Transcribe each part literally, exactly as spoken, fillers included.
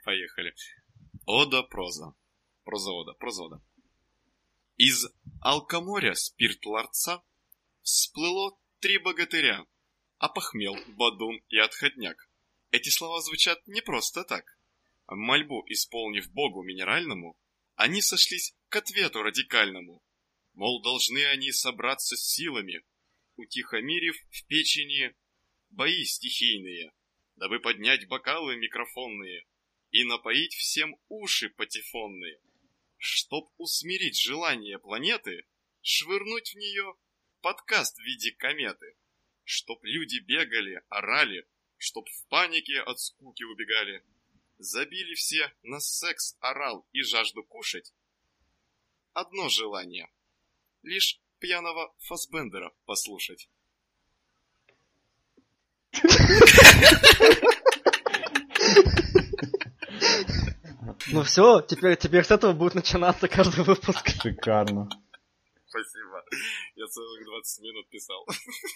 Поехали. Ода-проза. Проза-ода, проза-ода. Из алкоморя спирт-ларца всплыло три богатыря. Опохмел, бадун и отходняк. Эти слова звучат не просто так. Мольбу исполнив богу минеральному, они сошлись к ответу радикальному. Мол, должны они собраться с силами, утихомирив в печени бои стихийные, дабы поднять бокалы микрофонные и напоить всем уши патефонные, чтоб усмирить желание планеты, швырнуть в нее подкаст в виде кометы, чтоб люди бегали, орали, чтоб в панике от скуки убегали, забили все на секс, орал и жажду кушать. Одно желание — лишь пьяного Фассбендера послушать. Ну все, теперь, теперь с этого будет начинаться каждый выпуск. Шикарно. Спасибо. Я целых двадцать минут писал.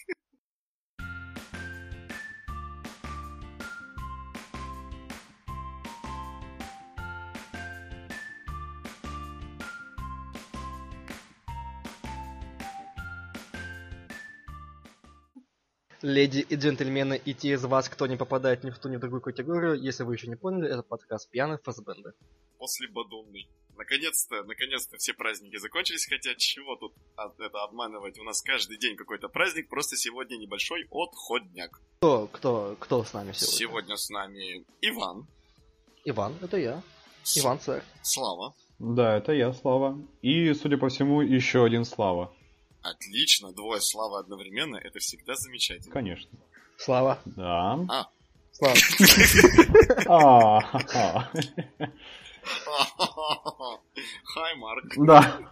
Леди и джентльмены, и те из вас, кто не попадает ни в ту, ни в другую категорию, если вы еще не поняли, это подкаст «Пьяный Фассбендер». После бадунный. Наконец-то, наконец-то все праздники закончились, хотя чего тут это обманывать? У нас каждый день какой-то праздник, просто сегодня небольшой отходняк. Кто, кто, кто с нами сегодня? Сегодня с нами Иван. Иван, это я. С... Иван, сэр. Слава. Да, это я, Слава. И, судя по всему, еще один Слава. Отлично, двое Славы одновременно, это всегда замечательно. Конечно. Слава. Да. А. Слава. Хай, Марк. Да.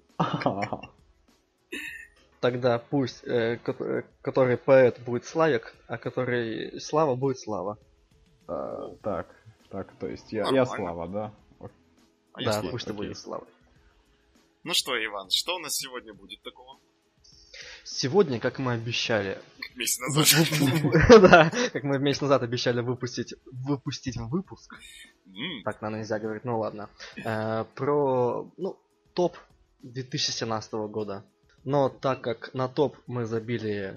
Тогда пусть э, который поэт будет Славик, а который Слава будет Слава. А, так, так, то есть я, я Слава, да? А да, пусть ты будешь Славой. Ну что, Иван, что у нас сегодня будет такого? Сегодня, как мы обещали... Месяц назад. Да, как мы месяц назад обещали выпустить выпустить выпуск. Так, наверное, нельзя говорить, ну ладно. Про, ну, топ две тысячи семнадцатого года. Но так как на топ мы забили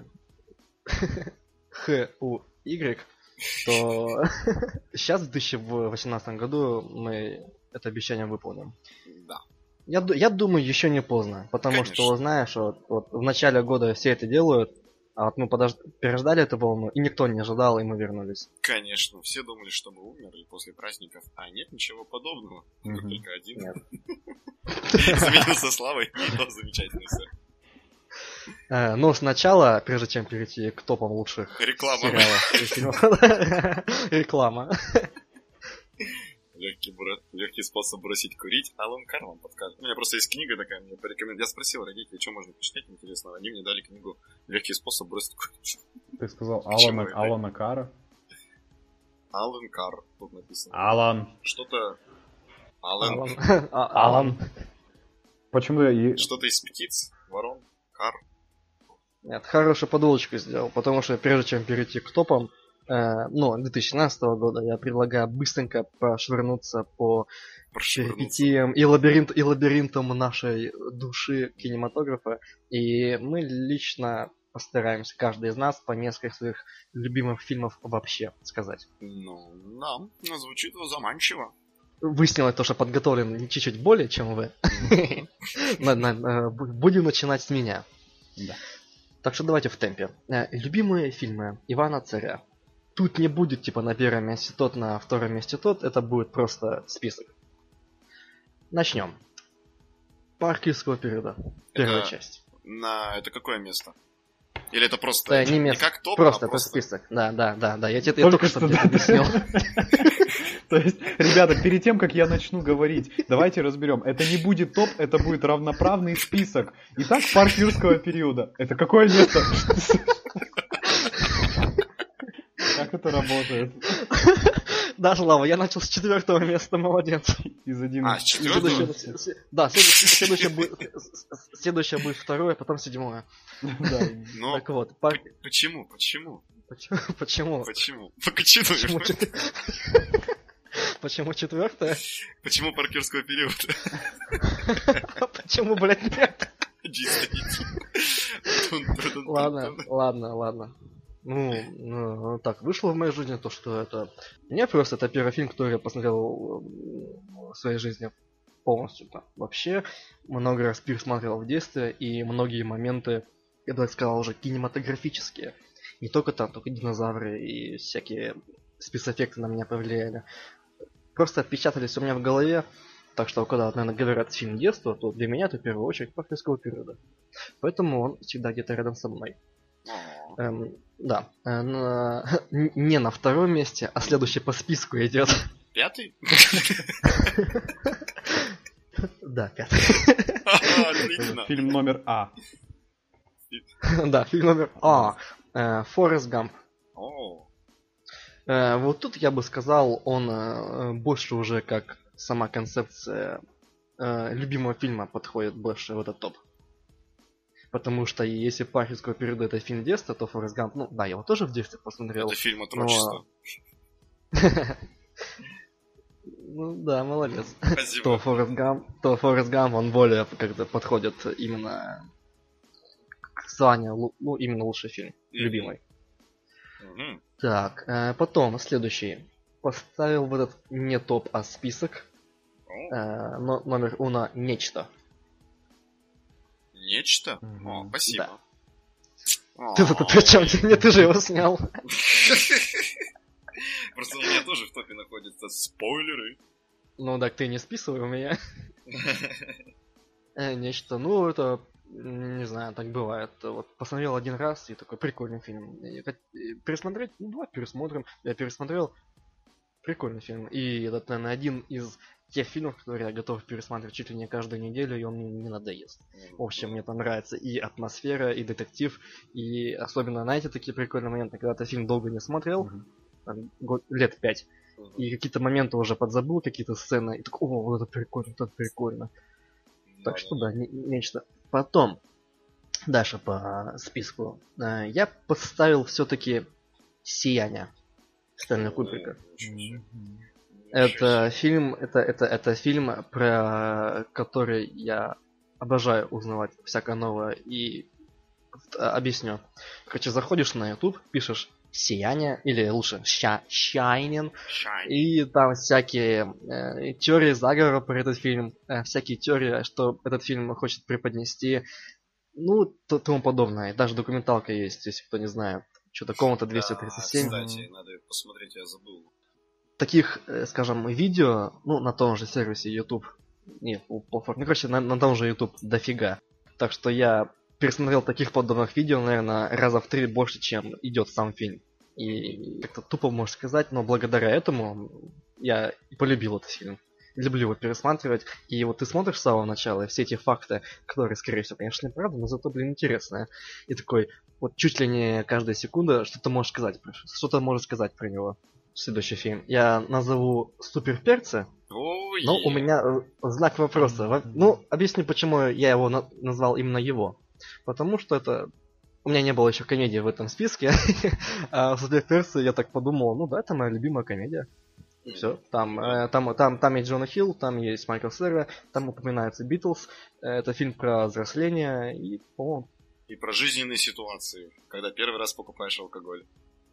Х, У, Y, то сейчас в две тысячи восемнадцатом году мы это обещание выполним. Да. Я, я думаю, еще не поздно, потому Конечно. Что, знаешь, вот, вот в начале года все это делают, а вот мы подож... переждали эту волну, и никто не ожидал, и мы вернулись. Конечно, все думали, что мы умерли после праздников, а нет ничего подобного, mm-hmm. только один. Заменился Славой, и то замечательно все. Но сначала, прежде чем перейти к топам лучших сериалов и фильмов, реклама. Легкий, брат, легкий способ бросить курить. Алан Кар вам подскажет. У меня просто есть книга такая, мне порекомендовали. Я спросил родителей, что можно почитать интересного. Они мне дали книгу «Легкий способ бросить курить». Ты сказал Алана, Алана Кара? Алан Кар, тут написано. Алан. Что-то... Алан. Алан. Почему я... Что-то из птиц, ворон, Кар. Нет, хорошую подводочку сделал, потому что прежде чем перейти к топам, Uh, ну, две тысячи семнадцатого года я предлагаю быстренько прошвырнуться по перипетиям и, лабиринт, и лабиринтам нашей души кинематографа. И мы лично постараемся, каждый из нас, по несколько своих любимых фильмов вообще сказать. Ну, да, ну, звучит заманчиво. Выяснилось то, что подготовлен чуть-чуть более, чем вы. Будем начинать с меня. Так что давайте в темпе. Любимые фильмы Ивана Царя. Тут не будет, типа, на первом месте тот, на втором месте тот. Это будет просто список. Начнем. Парк юрского периода. Первая это часть. На... Это какое место? Или это просто... Это не, место, не как топ, просто а это просто... список. Да, да, да, да. Я тебе только, только что тебе объяснил. То есть, ребята, перед тем, как я начну говорить, давайте разберем. Это не будет топ, это будет равноправный список. Итак, парк юрского периода. Это какое место? Как это работает? Да, Слава, я начал с четвертого места, молодец. Из одиннадцати. А, с четвертого? Да, следующее будет, следующее будет второе, потом седьмое. Да. Но так вот. Пар... Почему? Почему? Почему? Почему? Почему? Почему? Почему четвертая? Почему парк юрского периода? Почему, блядь, нет? Ладно, ладно, ладно. Ну, ну, так, вышло в моей жизни то, что это... Мне просто это первый фильм, который я посмотрел в своей жизни полностью. Да. Вообще, много раз пересматривал в детстве, и многие моменты, я бы так сказал, уже кинематографические. Не только там, только динозавры и всякие спецэффекты на меня повлияли. Просто отпечатались у меня в голове. Так что, когда, наверное, говорят фильм детства, то для меня это в первую очередь парк юрского периода. Поэтому он всегда где-то рядом со мной. Эм, да. Э, на... Не на втором месте, а следующий по списку идет. Пятый? Да, пятый. Фильм номер А. Да, фильм номер А. Форест Гамп. Вот тут я бы сказал, он больше уже как сама концепция любимого фильма подходит больше в этот топ. Потому что если парк юрского периода это фильм детства, то Форест Гамп, ну да, я его тоже в детстве посмотрел. Это фильм отрочества. Ну да, молодец. Спасибо. То Форест Гамп, то Форест Гамп, он более как-то подходит именно к званию, ну именно лучший фильм, любимый. Mm-hmm. Так, э, потом следующий. Поставил в этот не топ, а список. Oh. Э, но, номер уно «Нечто». Нечто? Mm-hmm. О, спасибо. Да. Ты тут при чем? Не ты же его снял. Просто у меня тоже в топе находятся спойлеры. Ну так ты не списывай у меня. Нечто, ну это... Не знаю, так бывает. Вот посмотрел один раз и такой прикольный фильм. Пересмотреть? Ну давай пересмотрим. Я пересмотрел. Прикольный фильм. И этот, наверное, один из тех фильмов, которые я готов пересматривать чуть ли не каждую неделю, и он мне не надоест. В общем, мне там нравится и атмосфера, и детектив, и особенно, знаете, такие прикольные моменты, когда ты фильм долго не смотрел, там, год, лет пять, и какие-то моменты уже подзабыл, какие-то сцены, и такой, о, вот это прикольно, вот это прикольно. Так что да, не, нечто. Потом, дальше по списку, э, я поставил все-таки «Сияние» Стэнли Кубрика. Это фильм, это, это, это фильм, про который я обожаю узнавать всякое новое. И объясню. Короче, заходишь на YouTube, пишешь «Сияние», или лучше «Shining», и там всякие э, теории заговора про этот фильм, э, всякие теории, что этот фильм хочет преподнести, ну, то, тому подобное. Даже документалка есть, если кто не знает. Что-то комната двести тридцать семь. Да, кстати, надо посмотреть, я забыл. Таких, э, скажем, видео, ну, на том же сервисе YouTube, нет, у платформы, ну, короче, на, на том же YouTube дофига. Так что я пересмотрел таких подобных видео, наверное, раза в три больше, чем идет сам фильм. И как-то тупо можно сказать, но благодаря этому я и полюбил этот фильм. Люблю его пересматривать. И вот ты смотришь с самого начала, и все эти факты, которые, скорее всего, конечно, неправда, но зато, блин, интересные. И такой, вот чуть ли не каждая секунда что-то можешь сказать, что-то можешь сказать про него. Следующий фильм. Я назову «Суперперцы», oh, но у меня знак вопроса. Ну, объясню, почему я его на- назвал именно его. Потому что это... У меня не было еще комедии в этом списке, а в «Суперперцы» я так подумал, ну да, это моя любимая комедия. Все, там, э, там, там, там есть Джона Хилл, там есть Майкл Сера, там упоминаются Битлз. Это фильм про взросление и, по-моему... И про жизненные ситуации, когда первый раз покупаешь алкоголь.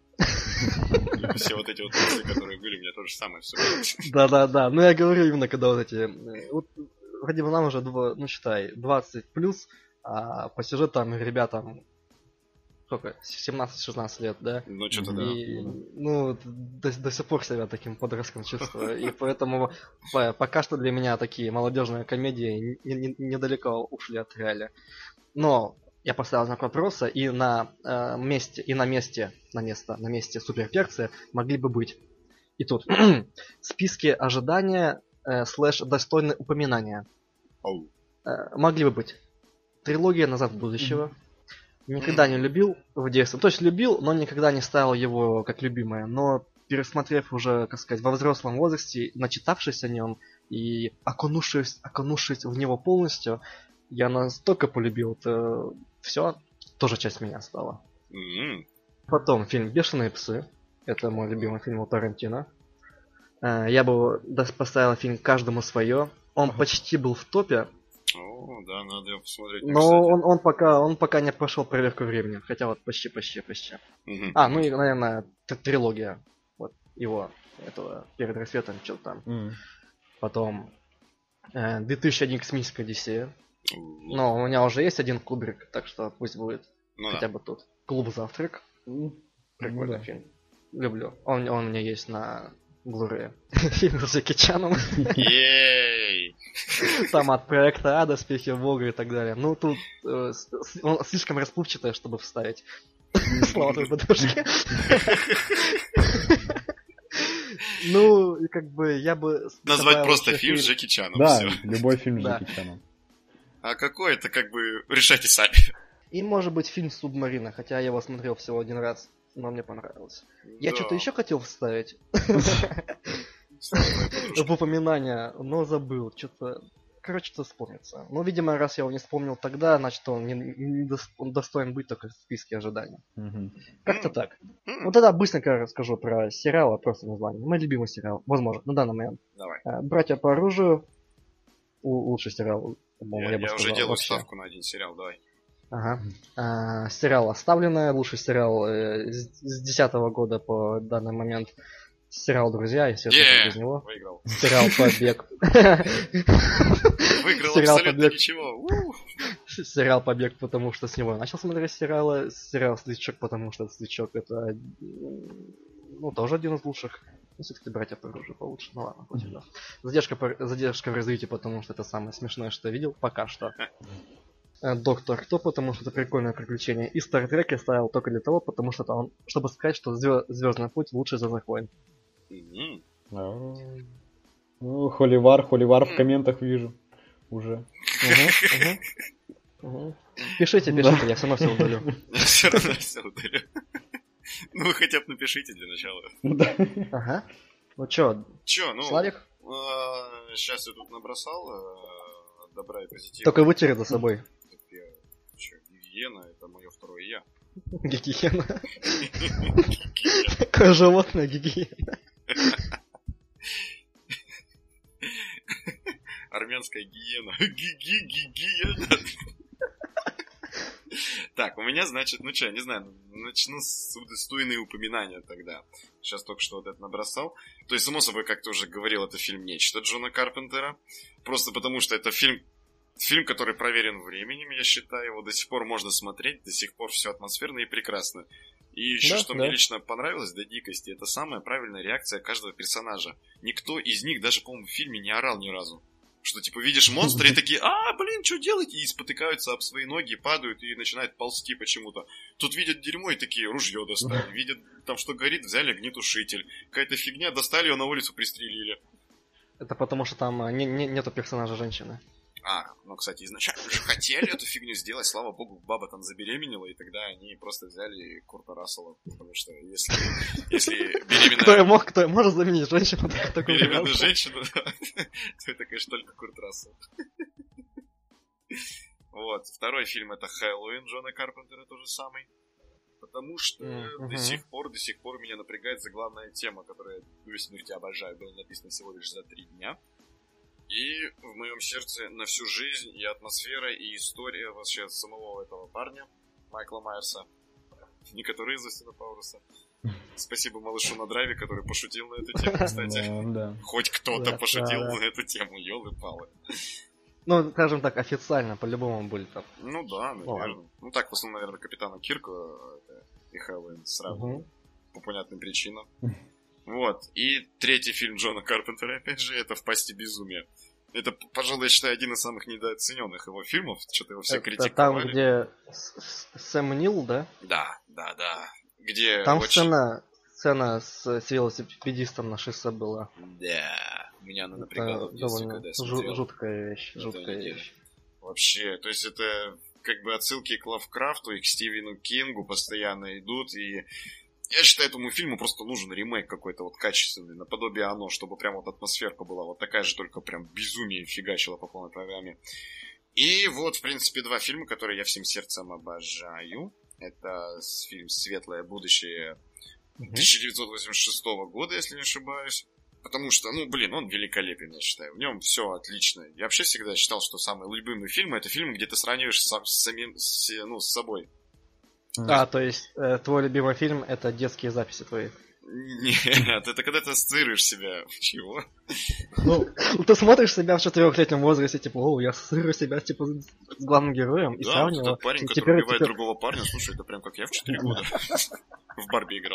Все вот эти вот мысли, которые были, у меня то же самое все. Да-да-да, ну я говорю именно, когда вот эти... Вот, вроде бы нам уже, ну считай, двадцать плюс, а по сюжетам ребятам... Сколько? семнадцать-шестнадцать лет, да? Ну, что-то и, да. Ну, до, до сих пор себя таким подростком чувствую. И поэтому пока что для меня такие молодежные комедии недалеко ушли от реали. Но я поставил знак вопроса, и на э, месте, и на месте, на место, на месте суперперцы могли бы быть. И тут списки ожидания э, слэш достойные упоминания. Oh. Э, могли бы быть. Трилогия «Назад в будущего». Mm-hmm. Никогда не любил в детстве. То есть любил, но никогда не ставил его как любимое. Но пересмотрев уже, как сказать, во взрослом возрасте, начитавшись о нем и окунувшись, окунувшись в него полностью, я настолько полюбил это все, тоже часть меня стала. Mm-hmm. Потом фильм «Бешеные псы». Это мой любимый фильм у Тарантино. Э, я бы да, поставил фильм «Каждому свое». Он Ага. почти был в топе, О, да, надо его посмотреть. но кстати. он, он, пока, он пока не прошел проверку времени. Хотя вот почти, почти, почти. Мгм. А, ну и, наверное, т- трилогия. Вот его, этого «Перед рассветом», что-то там. М. Потом э, две тысячи один «Космическая Одиссея». Ну, Но у меня уже есть один Кубрик, так что пусть будет ну хотя да. бы тут. «Клуб завтрак». М. Прикольный Ну да. фильм. Люблю. Он, он у меня есть на Blu-ray. Фильм с Джеки Чаном. Ей! Там от проекта А, доспехи Бога и так далее. Ну, тут э, с- с- он слишком расплывчатое, чтобы вставить. Слава твоей подушке. Ну, и как бы я бы... Назвать добавил просто еще фильм с Джеки Чаном. Да, Всё. любой фильм с Да. Джеки Чаном. А какой это, как бы, решайте сами. И может быть фильм «Субмарина», хотя я его смотрел всего один раз, но мне понравилось. Я Да. что-то еще хотел вставить Слава твоей подружке. в упоминание, но забыл. Что-то... Короче, что вспомнится. Ну, видимо, раз я его не вспомнил тогда, значит, он, не, не дос- он достоин быть только в списке ожиданий. Мгм. Как-то М. так. М. Ну, тогда быстренько расскажу про сериал, а просто название. Мой любимый сериал, возможно, на данный момент. Давай. Э, «Братья по оружию». У- лучший сериал, по-моему, Я, я, бы я сказал, уже делаю вообще. ставку на один сериал, давай. Ага. А, сериал «Оставленная», лучший сериал э, с с десятого года по данный момент. Сериал «Друзья», естественно, Е, как без него. выиграл. Сериал «Побег». Выиграл Сериал абсолютно «Побег». ничего. У. Сериал «Побег», потому что с него я начал смотреть сериалы. Сериал «Светлячок», потому что «Светлячок» это, м, ну, тоже один из лучших. Ну, все-таки «Братья по оружию» получше. Ну ладно, хоть и да. Задержка, по- задержка в развитии, потому что это самое смешное, что я видел пока что. Э, «Доктор Кто», потому что это прикольное приключение. И «Стартрек» я ставил только для того, потому что это он, чтобы сказать, что Звездный путь лучше «Звездных войн». Мгм. А. Ну, холивар, холивар в комментах вижу уже. Мгм, мгм, мгм. Пишите, пишите, я все равно все удалю. Я все равно все удалю. Ну, вы хотя бы напишите для начала. Да. Ага. Ну чё, Чё, ну... Славик? Сейчас я тут набросал э, от добра и позитива. Только вытери за собой. Так я... Чё, гигиена, это мое второе я. Гигиена. Какое животное гигиена. Армянская гиена. Ги-ги-ги-гиена. Так, у меня, значит, ну что, я не знаю, начну с удостойные упоминания тогда. Сейчас только что вот это набросал. То есть, само собой, как ты уже говорил, это фильм «Нечто» Джона Карпентера. Просто потому, что это фильм, фильм, который проверен временем, я считаю. Его до сих пор можно смотреть, до сих пор все атмосферно и прекрасно. И еще, Да, что да. мне лично понравилось до дикости, это самая правильная реакция каждого персонажа. Никто из них даже, по-моему, в фильме не орал ни разу. Что, типа, видишь монстра и такие, а, блин, что делать? И спотыкаются об свои ноги, падают и начинают ползти почему-то. Тут видят дерьмо и такие, ружье достали. Видят, там что горит, взяли огнетушитель. Какая-то фигня, достали ее на улицу, пристрелили. Это потому что там а, не- не- нету персонажа женщины. А, ну, кстати, изначально же хотели эту фигню сделать, слава богу, баба там забеременела, и тогда они просто взяли Курта Рассела, потому что если, если беременная... Кто мог, кто может заменить женщину в таком беременную варианте? женщину, да, то это, конечно, только Курт Рассел. Вот, второй фильм это Хэллоуин Джона Карпентера, тоже самый. Потому что Мгм. до сих пор, до сих пор меня напрягает заглавная тема, которую я до смерти обожаю, была написана всего лишь за три дня. И в моем сердце на всю жизнь и атмосфера, и история вообще самого этого парня, Майкла Майерса, не который из Остина Пауэрса. Спасибо малышу на драйве, который пошутил на эту тему, кстати. Да, да. Хоть кто-то Да, пошутил да, да. на эту тему, ёлы-палы. Ну, скажем так, официально, по-любому были там. Ну да, Ну, наверное. Ну так, в основном, наверное, Капитана Кирка это, и Хэллоуин сразу, Мгм. по понятным причинам. Вот. И третий фильм Джона Карпентера, опять же, это «В пасти безумия». Это, пожалуй, я считаю, один из самых недооцененных его фильмов. Что-то его все Это критиковали. там, где С- С- Сэм Нил, да? Да, да, да. Где Там очень... сцена, сцена с, с велосипедистом на шоссе была. Да, меня она напрягала Это в детстве, довольно когда я жу- смотрел. жуткая вещь, на жуткая той неделе. вещь. Вообще, то есть это как бы отсылки к Лавкрафту и к Стивену Кингу постоянно идут, и я считаю, этому фильму просто нужен ремейк какой-то вот качественный, наподобие «Оно», чтобы прям вот атмосферка была вот такая же, только прям безумие фигачила по полной программе. И вот, в принципе, два фильма, которые я всем сердцем обожаю. Это фильм «Светлое будущее» Мгм. тысяча девятьсот восемьдесят шестого года, если не ошибаюсь. Потому что, ну, блин, он великолепен, я считаю. В нем все отлично. Я вообще всегда считал, что самый любимый фильм — это фильм, где ты сравниваешь сам, с самим, с, ну, с собой. А, то есть э, твой любимый фильм — это детские записи твои? Нет, это когда ты ассоциируешь себя в чего? Ну, ты смотришь себя в четырехлетнем возрасте, типа, о, я ассоциирую себя, типа, с главным героем, и да, сравниваю. Вот этот парень, который теперь, убивает теперь... другого парня, слушай, это прям как я в четыре года в Барби играл.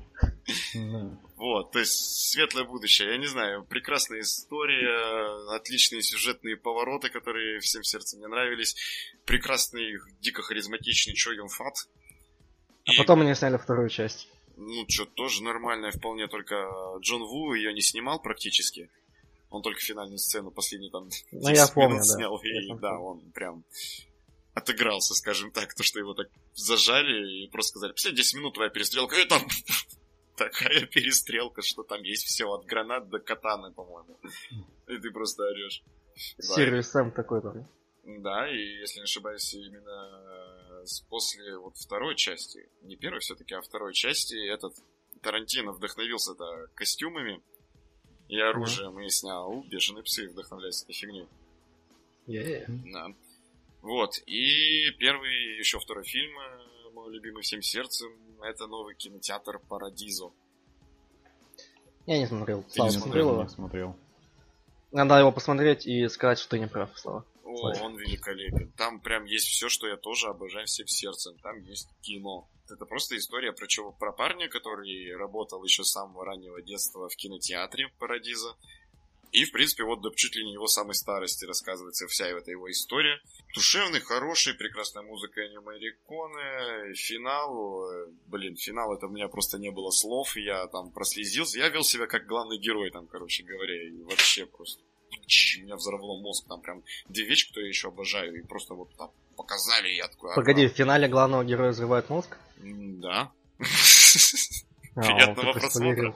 Вот, то есть светлое будущее, я не знаю, прекрасная история, отличные сюжетные повороты, которые всем сердцем мне нравились, прекрасный, дико харизматичный Чо Юн Фат. А потом они сняли вторую часть. Ну, что, тоже нормальная вполне, только Джон Ву ее не снимал практически. Он только финальную сцену последний там ну, я помню, минут да. снял, и да, он прям отыгрался, скажем так, то, что его так зажали и просто сказали, последние десять минут твоя перестрелка, и там такая перестрелка, что там есть все от гранат до катаны, по-моему. И ты просто орешь. Сириус Сэм такой там. Да, и если не ошибаюсь, именно после вот второй части, не первой все-таки, а второй части, этот Тарантино вдохновился-то костюмами и оружием, mm-hmm. и снял «Бешеные псы», вдохновляясь этой фигней. Yeah. Да. Вот, и первый, еще второй фильм, мой любимый всем сердцем, это новый кинотеатр «Парадизо». Я не смотрел. Ты Слава, не смотрел его? Не смотрел. Надо его посмотреть и сказать, что ты не прав, Слава. О, Слава. Он великолепен. Там прям есть все, что я тоже обожаю всем сердцем. Там есть кино. Это просто история про, чего, про парня, который работал еще с самого раннего детства в кинотеатре «Парадизо». И, в принципе, вот до чуть ли не его самой старости рассказывается вся эта его история. Душевный, хороший, прекрасная музыка Эннио Морриконе. Финал, блин, финал, это у меня просто не было слов. Я там прослезился. Я вел себя как главный герой там, короче говоря. И вообще просто... Меня взорвало мозг. Там прям две вещи, которые я еще обожаю. И просто вот там показали, и я такой... Погоди, в финале главного героя взрывает мозг? Да. А, Приятного просмотра.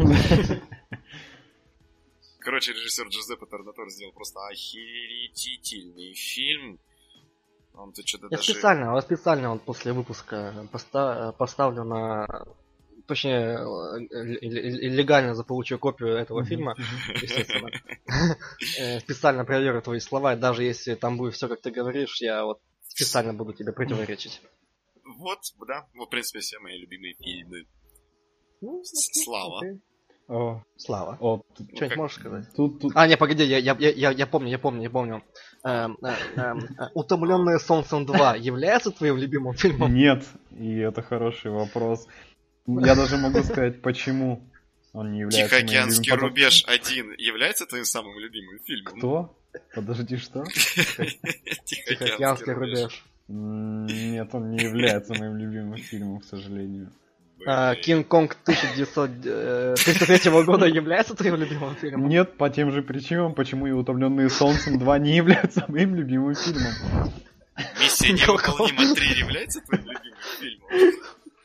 Короче, режиссер Джузеппе Торнатор сделал просто охерительный фильм. Он-то что-то Я даже... специально, я специально вот после выпуска поста- поставлю на... Точнее, легально заполучу копию этого mm-hmm. фильма, естественно. Специально проверю твои слова, даже если там будет все, как ты говоришь, я вот специально буду тебе противоречить. Вот, да, ну, в принципе, все мои любимые фильмы. Ну, Слава. окей. О, Слава. О, что-нибудь как... можешь сказать? Тут, тут... А, не, погоди, я, я, я, я помню, я помню, я помню. Эм, э, эм, «Утомленные солнцем два» является твоим любимым фильмом? Нет, и это хороший вопрос. Я даже могу сказать, почему он не является моим любимым. «Тихоокеанский рубеж один» является твоим самым любимым фильмом? Кто? Подожди, что? «Тихоокеанский рубеж». Нет, он не является моим любимым фильмом, к сожалению. «Кинг-Конг» тысяча девятьсот тридцать третьего года является твоим любимым фильмом? Нет, по тем же причинам, почему и «Утомленные солнцем два» не является моим любимым фильмом. «Миссия невыполнима три» является твоим любимым фильмом?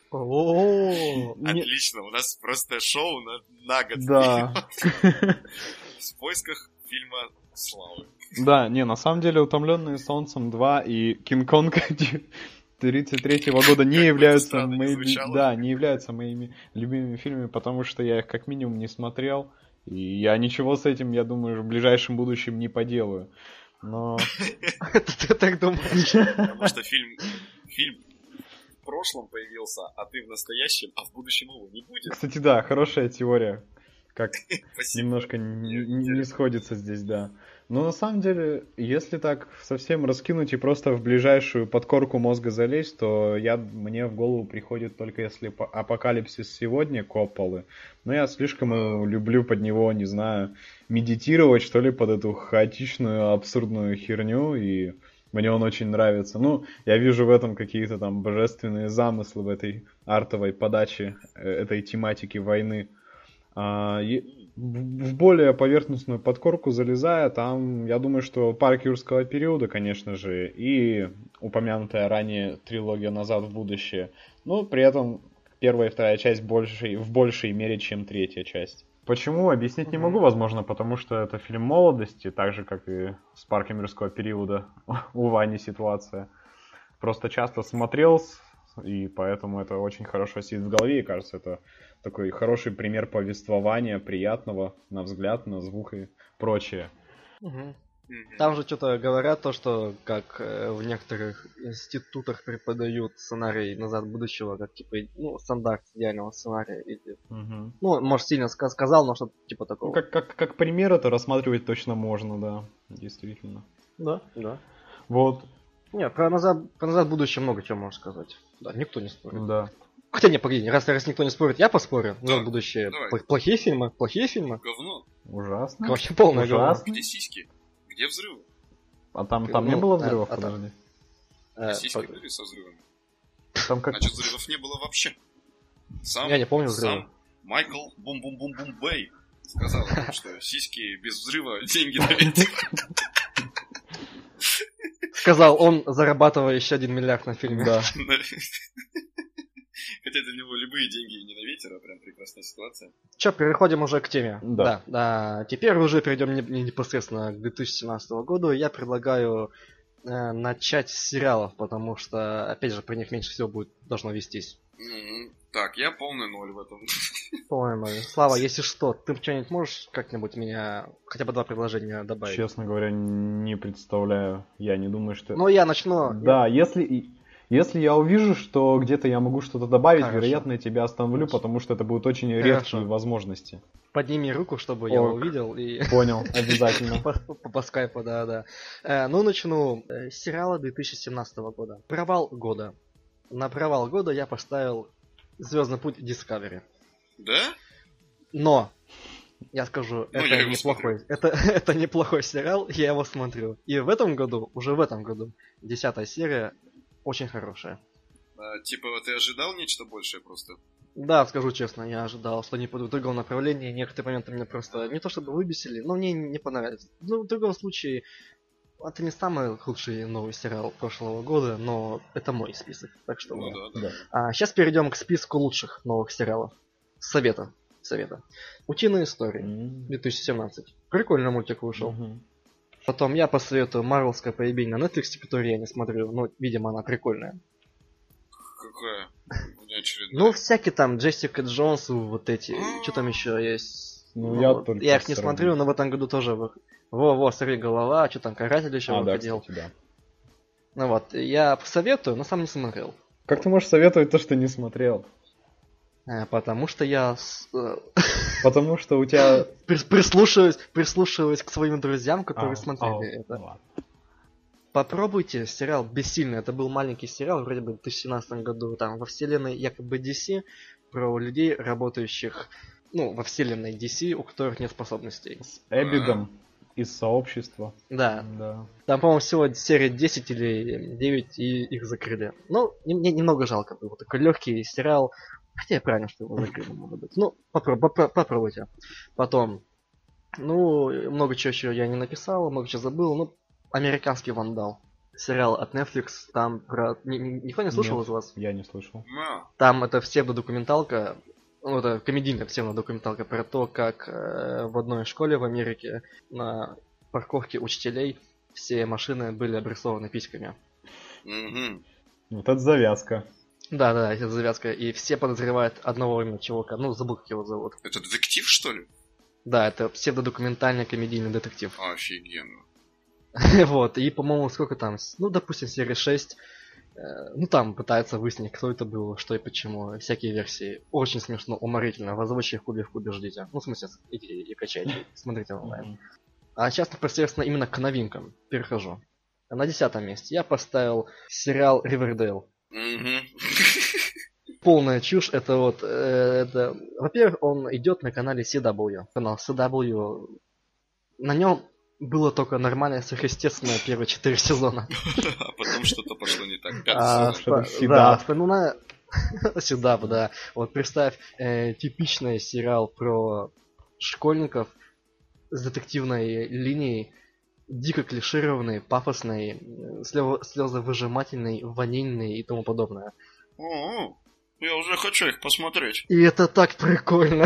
О, отлично, у нас просто шоу на, на год. Да. В поисках фильма славы. Да, не, на самом деле «Утомленные солнцем два» и «Кинг-Конг» тридцать третьего года не являются моими, да, не являются моими любимыми фильмами, потому что я их как минимум не смотрел, и я ничего с этим, я думаю, в ближайшем будущем не поделаю. Но... Ты так думаешь? Потому что фильм... фильм в прошлом появился, а ты в настоящем, а в будущем его не будет. Кстати, да, хорошая теория. Как немножко не, не сходится здесь, да. Но на самом деле, если так совсем раскинуть и просто в ближайшую подкорку мозга залезть, то я, мне в голову приходит только если «Апокалипсис сегодня» Копполы. Но я слишком люблю под него, не знаю, медитировать, что ли, под эту хаотичную, абсурдную херню, и мне он очень нравится. Ну, я вижу в этом какие-то там божественные замыслы в этой артовой подаче этой тематики войны. А, в более поверхностную подкорку залезая, там, я думаю, что «Парк юрского периода», конечно же, и упомянутая ранее трилогия «Назад в будущее». Но при этом первая и вторая часть большей, в большей мере, чем третья часть. Почему, объяснить не могу, возможно, потому что это фильм молодости, так же, как и с «Парком юрского периода» у Вани ситуация. Просто часто смотрел, и поэтому это очень хорошо сидит в голове, и кажется, это такой хороший пример повествования, приятного на взгляд, на звук и прочее. Угу. Там же что-то говорят, то, что как э, в некоторых институтах преподают сценарий «Назад в будущего», как типа, ну, стандарт идеального сценария. Или... Угу. Ну, может, сильно ска- сказал, но что-то типа такого. Ну, как, как, как пример это рассматривать точно можно, да, действительно. Да, да. Вот. Не, про назад, про назад в будущее много чего можно сказать. Да, никто не спорит. Да. Хотя не, погоди, раз, раз никто не спорит, я поспорю. Да, Назад в будущее. давай. Пл- плохие фильмы, плохие фильмы. Говно. Ужасно. Вообще полное говно. Ужасно. Где сиськи? Где взрывы? А там, там Ну, не было а- взрывов, а там- подожди. Э, Сиськи пог- были со взрывами? Там как... Значит, взрывов не было вообще. Сам, Я не помню взрыва. сам Майкл Бум-Бум-Бум-Бум-Бэй сказал, что сиськи без взрыва деньги дают. Сказал он, зарабатывая еще один миллиард на фильме. Да. Хотя для него любые деньги не на ветер, а прям прекрасная ситуация. Че, переходим уже к теме. Да. Да, да. Теперь уже перейдем не- не- непосредственно к две тысячи семнадцатому году. Я предлагаю э, начать с сериалов, потому что, опять же, про них меньше всего будет должно вестись. Мгм. Так, я полный ноль в этом. По-моему, Слава, если что, ты что-нибудь можешь как-нибудь меня хотя бы два предложения добавить? Честно говоря, не представляю. Я не думаю, что... Ну, я начну. Да, если... Если я увижу, что где-то я могу что-то добавить, Хорошо. вероятно, я тебя остановлю, потому что это будут очень Хорошо. редкие возможности. Подними руку, чтобы я Ок. увидел. И... Понял, обязательно. По, по- по скайпу, да, да. Э, ну, начну э, с сериала две тысячи семнадцатого года. Провал года. На провал года я поставил «Звездный путь Discovery». Да? Но, я скажу, Ну, я это его неплохой, это, это неплохой сериал, я его смотрю. И в этом году, уже в этом году, десятая серия очень хорошая. А, типа, ты ожидал нечто большее просто? Да, скажу честно, я ожидал, что они пойдут в другом направлении. Некоторые моменты меня просто не то чтобы выбесили, но мне не понравились. Ну, в другом случае, это не самый худший новый сериал прошлого года, но это мой список, так что... Ну вот. да, да. Да. А сейчас перейдем к списку лучших новых сериалов. Совета. Совета. «Утиные истории» М. две тысячи семнадцать. Прикольный мультик вышел. Мгм. Потом я посоветую «Марвелское поебень» на Netflix, которую я не смотрю, но, видимо, она прикольная. Какая? Очередная. Ну, всякие там Джессика Джонс, вот эти, что там еще есть. Ну, я только Я их не сравнил. смотрю, но в этом году тоже... вы- Во-во, «Сорви голова», что там, «Каратель» еще А, да, выходил. кстати, да. Ну вот, я посоветую, но сам не смотрел. Как ты можешь советовать то, что не смотрел? Э, Потому что я с- э, Потому что у тебя... прис- прислушиваюсь, прислушиваюсь к своим друзьям, которые А, смотрели а, это. ну ладно. Попробуйте сериал «Бессильный». Это был маленький сериал, вроде бы в две тысячи семнадцатом году, там, во вселенной якобы ди си, про людей, работающих, ну, во вселенной ди си, у которых нет способностей. С Эбигом из сообщества. Да, Да. там, по-моему, всего серия десять или девять, и их закрыли. Ну, не- мне немного жалко было. Такой легкий сериал. Хотя правильно, что его закрыли, может быть. Ну, попро- попро- попробуйте. Потом, ну, много чего еще я не написал, много чего забыл. Ну, «Американский вандал». Сериал от Netflix. Там про... ни- ни- Никто не слушал Нет. из вас? Я не слышал. На. Там это псевдодокументалка, ну, это комедийная псевдодокументалка про то, как э, в одной школе в Америке на парковке учителей все машины были обрисованы письками. Мгм. Вот это завязка. Да, да, это завязка. И все подозревают одного именно чувака. Ну, забыл, как его зовут. Это детектив, что ли? Да, это псевдодокументальный комедийный детектив. Офигенно. Вот, и, по-моему, сколько там? с- Ну, допустим, серия шесть. Э, Ну, там пытаются выяснить, кто это был, что и почему. Всякие версии. Очень смешно, уморительно. В озвучке в кубе в кубе ждите. Ну, в смысле, идите и качайте. Смотрите онлайн. Мгм. А сейчас, непосредственно, именно к новинкам перехожу. На десятом месте я поставил сериал «Ривердейл». Мгм. Полная чушь. Это вот, э, это, во-первых, он идет на канале си дабл ю. Канал си дабл ю. На нем было только нормальное сверхъестественное первые четыре сезона. А потом что-то пошло не так. Пятый А, сезон. что-то спа- Сидап. да, остальное... Сидап, да. Вот представь, э, типичный сериал про школьников с детективной линией, дико клишированный, пафосный, э, слё- слезовыжимательный, ванильный и тому подобное. О, я уже хочу их посмотреть. И это так прикольно.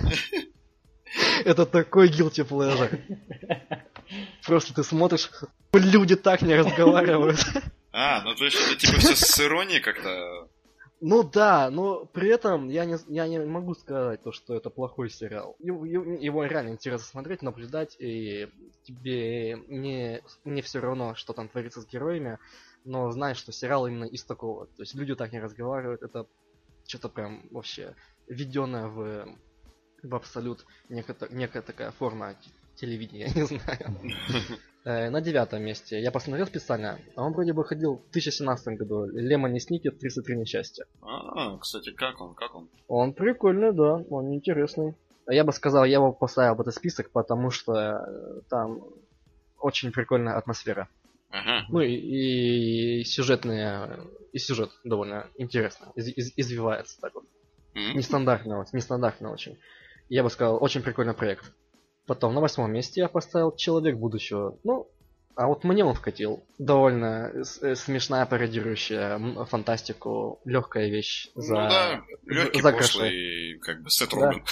Это такой guilty pleasure. Просто ты смотришь, люди так не разговаривают. А, ну то есть это типа все с иронией как-то. Ну да, но при этом я не, я не могу сказать то, что это плохой сериал. Его, его реально интересно смотреть, наблюдать, и тебе не, не все равно, что там творится с героями, но знаешь, что сериал именно из такого. То есть люди так не разговаривают, это что-то прям вообще введенное в, в абсолют, некая, некая такая форма телевидения, я не знаю. На девятом месте я посмотрел специально, а он вроде бы ходил в две тысячи семнадцатом году. Лемони Сникет тридцать три несчастья. А, кстати, как он, как он? Он прикольный, да, он интересный. Я бы сказал, я его поставил в этот список, потому что там очень прикольная атмосфера. Ага. Ну и, и сюжетные, и сюжет довольно интересно, из, из, извивается так вот. Mm-hmm. Нестандартно, нестандартно очень. Я бы сказал, очень прикольный проект. Потом на восьмом месте я поставил «Человек будущего». Ну, а вот мне он вкатил. Довольно смешная, пародирующая фантастику, легкая вещь. За... Ну да, легкий, за пошлый, как бы Сет Роган.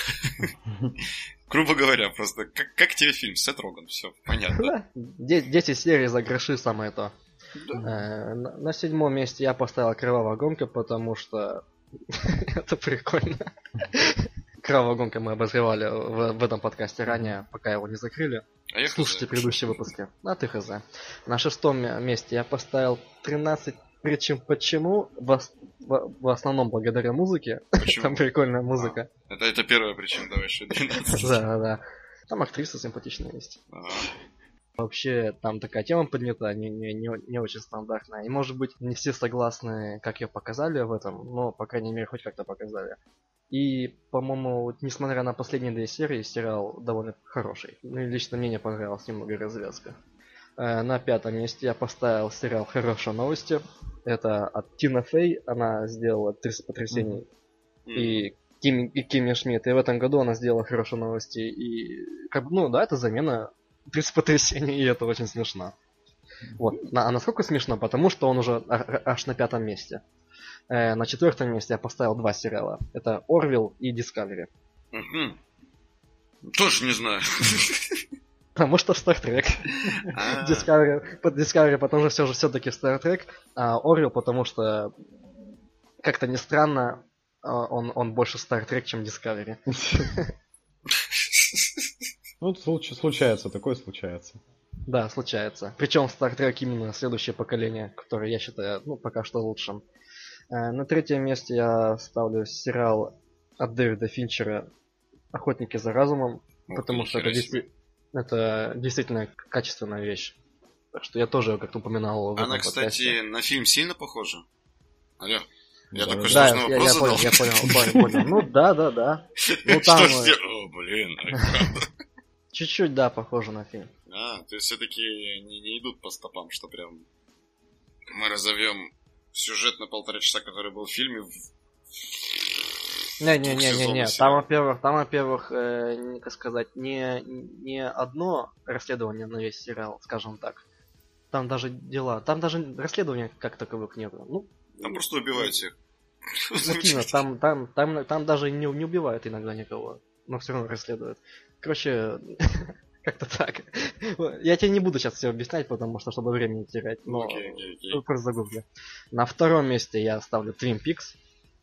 Грубо говоря, просто как, как тебе фильм Сет Роган, все понятно. десять серий за гроши самое то. Да. На, на седьмом месте я поставил «Кровавая гонка», потому что это прикольно. «Кровавая гонка» мы обозревали в, в этом подкасте ранее, пока его не закрыли. А Слушайте предыдущие выпуски. А ты хз. На шестом месте я поставил тринадцать причин почему. В, в, в основном благодаря музыке. Там прикольная музыка. А, это, это первая причина, давай еще двенадцать. Да, да, да. Там актриса симпатичная есть. Ага. Вообще, там такая тема поднята, не, не, не, не очень стандартная. И, может быть, не все согласны, как ее показали в этом, но, по крайней мере, хоть как-то показали. И, по-моему, несмотря на последние две серии, сериал довольно хороший. Ну и лично мне не понравилась немного развязка. Э, на пятом месте я поставил сериал «Хорошие новости». Это от Тина Фей, она сделала «тридцать потрясений». Mm-hmm. И Ким, и Кимми Шмидт. И в этом году она сделала «Хорошие новости». И, как бы, ну да, это замена тридцать потрясений, и это очень смешно. Вот. А насколько смешно? Потому что он уже аж на пятом месте. Э, на четвертом месте я поставил два сериала. Это «Орвилл» и «Дискавери». Угу. Тоже не знаю. Потому что Star Trek. Discovery, под Discovery, потому что все же все-таки Star Trek, а Орвилл, потому что как-то не странно, он, он больше Star Trek, чем Discovery. Ну, случается, такое случается. Да, случается. Причем Star Trek именно следующее поколение, которое я считаю, ну, пока что лучшим. На третьем месте я ставлю сериал от Дэвида Финчера «Охотники за разумом», ну, потому что это, действи- это действительно качественная вещь. Так что я тоже как-то упоминал. Она, кстати, на фильм сильно похожа? Алло. Я да, такой да, сложный я, вопрос я задал. Понял, я понял, понял, понял. Ну да, да, да. Ну, там... Что ж, о, блин, чуть-чуть, да, похоже на фильм. А, то есть все-таки не, не идут по стопам, что прям мы разовьем сюжет на полтора часа, который был в фильме. Не-не-не-не-не. Там, во-первых, там, во-первых, э, как сказать, не, не одно расследование на весь сериал, скажем так. Там даже дела, там даже расследования как таковых не было. Ну, там просто убивают всех. Закинут, там, там, там, там даже не, не убивают иногда никого, но все равно расследуют. Короче, как-то так. Я тебе не буду сейчас все объяснять, потому что, чтобы время не терять, но okay, okay, okay. просто загугли. На втором месте я ставлю Twin Peaks.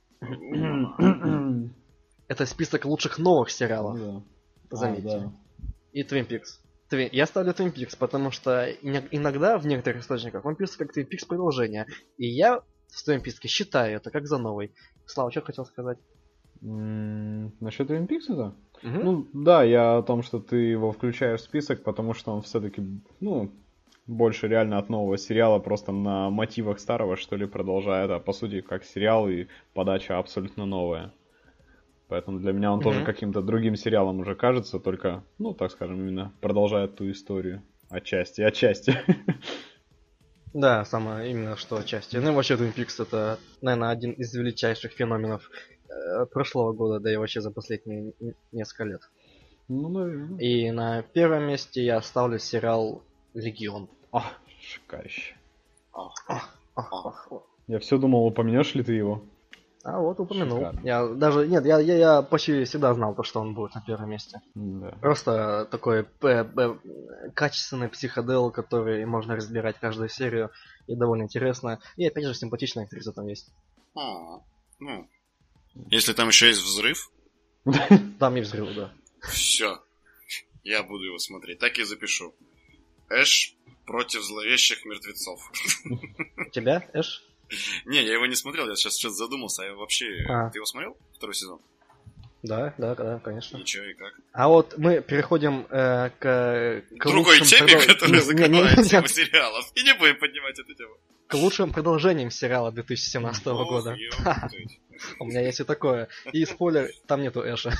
Это список лучших новых сериалов. Да. Заметьте. А, да. И Twin Peaks. Twin... Я ставлю Twin Peaks, потому что иногда в некоторых источниках он пишется как Twin Peaks продолжение. И я в своем списке считаю это как за новый. Слава, что хотел сказать? М-м, насчет Twin Peaks, да? Угу. Ну, да, я о том, что ты его включаешь в список, потому что он все-таки, ну, больше реально от нового сериала, просто на мотивах старого, что ли, продолжает, а по сути как сериал и подача абсолютно новая. Поэтому для меня он mm-hmm. тоже каким-то другим сериалом уже кажется, только, ну, так скажем, именно продолжает ту историю. Отчасти, отчасти. Да, самое именно что отчасти. Ну и вообще Twin Peaks это, наверное, один из величайших феноменов э, прошлого года, да и вообще за последние несколько лет. Ну, наверное. И на первом месте я ставлю сериал «Легион». О, шикарище. О, о, о, о. Я все думал, упомянешь ли ты его? А вот упомянул. Шикарно. Я даже нет, я, я, я почти всегда знал то, что он будет на первом месте. Да. Просто такой п- п- качественный психодел, который можно разбирать каждую серию, и довольно интересно. И опять же симпатичная актриса там есть. А, Ну, если там еще есть взрыв... Там и взрыв, да. Все. Я буду его смотреть. Так и запишу. Эш против зловещих мертвецов. У тебя, Эш? Не, я его не смотрел, я сейчас что-то задумался. А вообще, а. ты его смотрел? Второй сезон? Да, да, да, конечно. Ничего, и как? А вот мы переходим э, к, к другой теме, продол... которая не, закрывает не, не, тему нет. сериалов. И не будем поднимать эту тему. К лучшим продолжениям сериала две тысячи семнадцатого Ох, года. ёптать. У меня есть и такое. И спойлер, там нету Эша.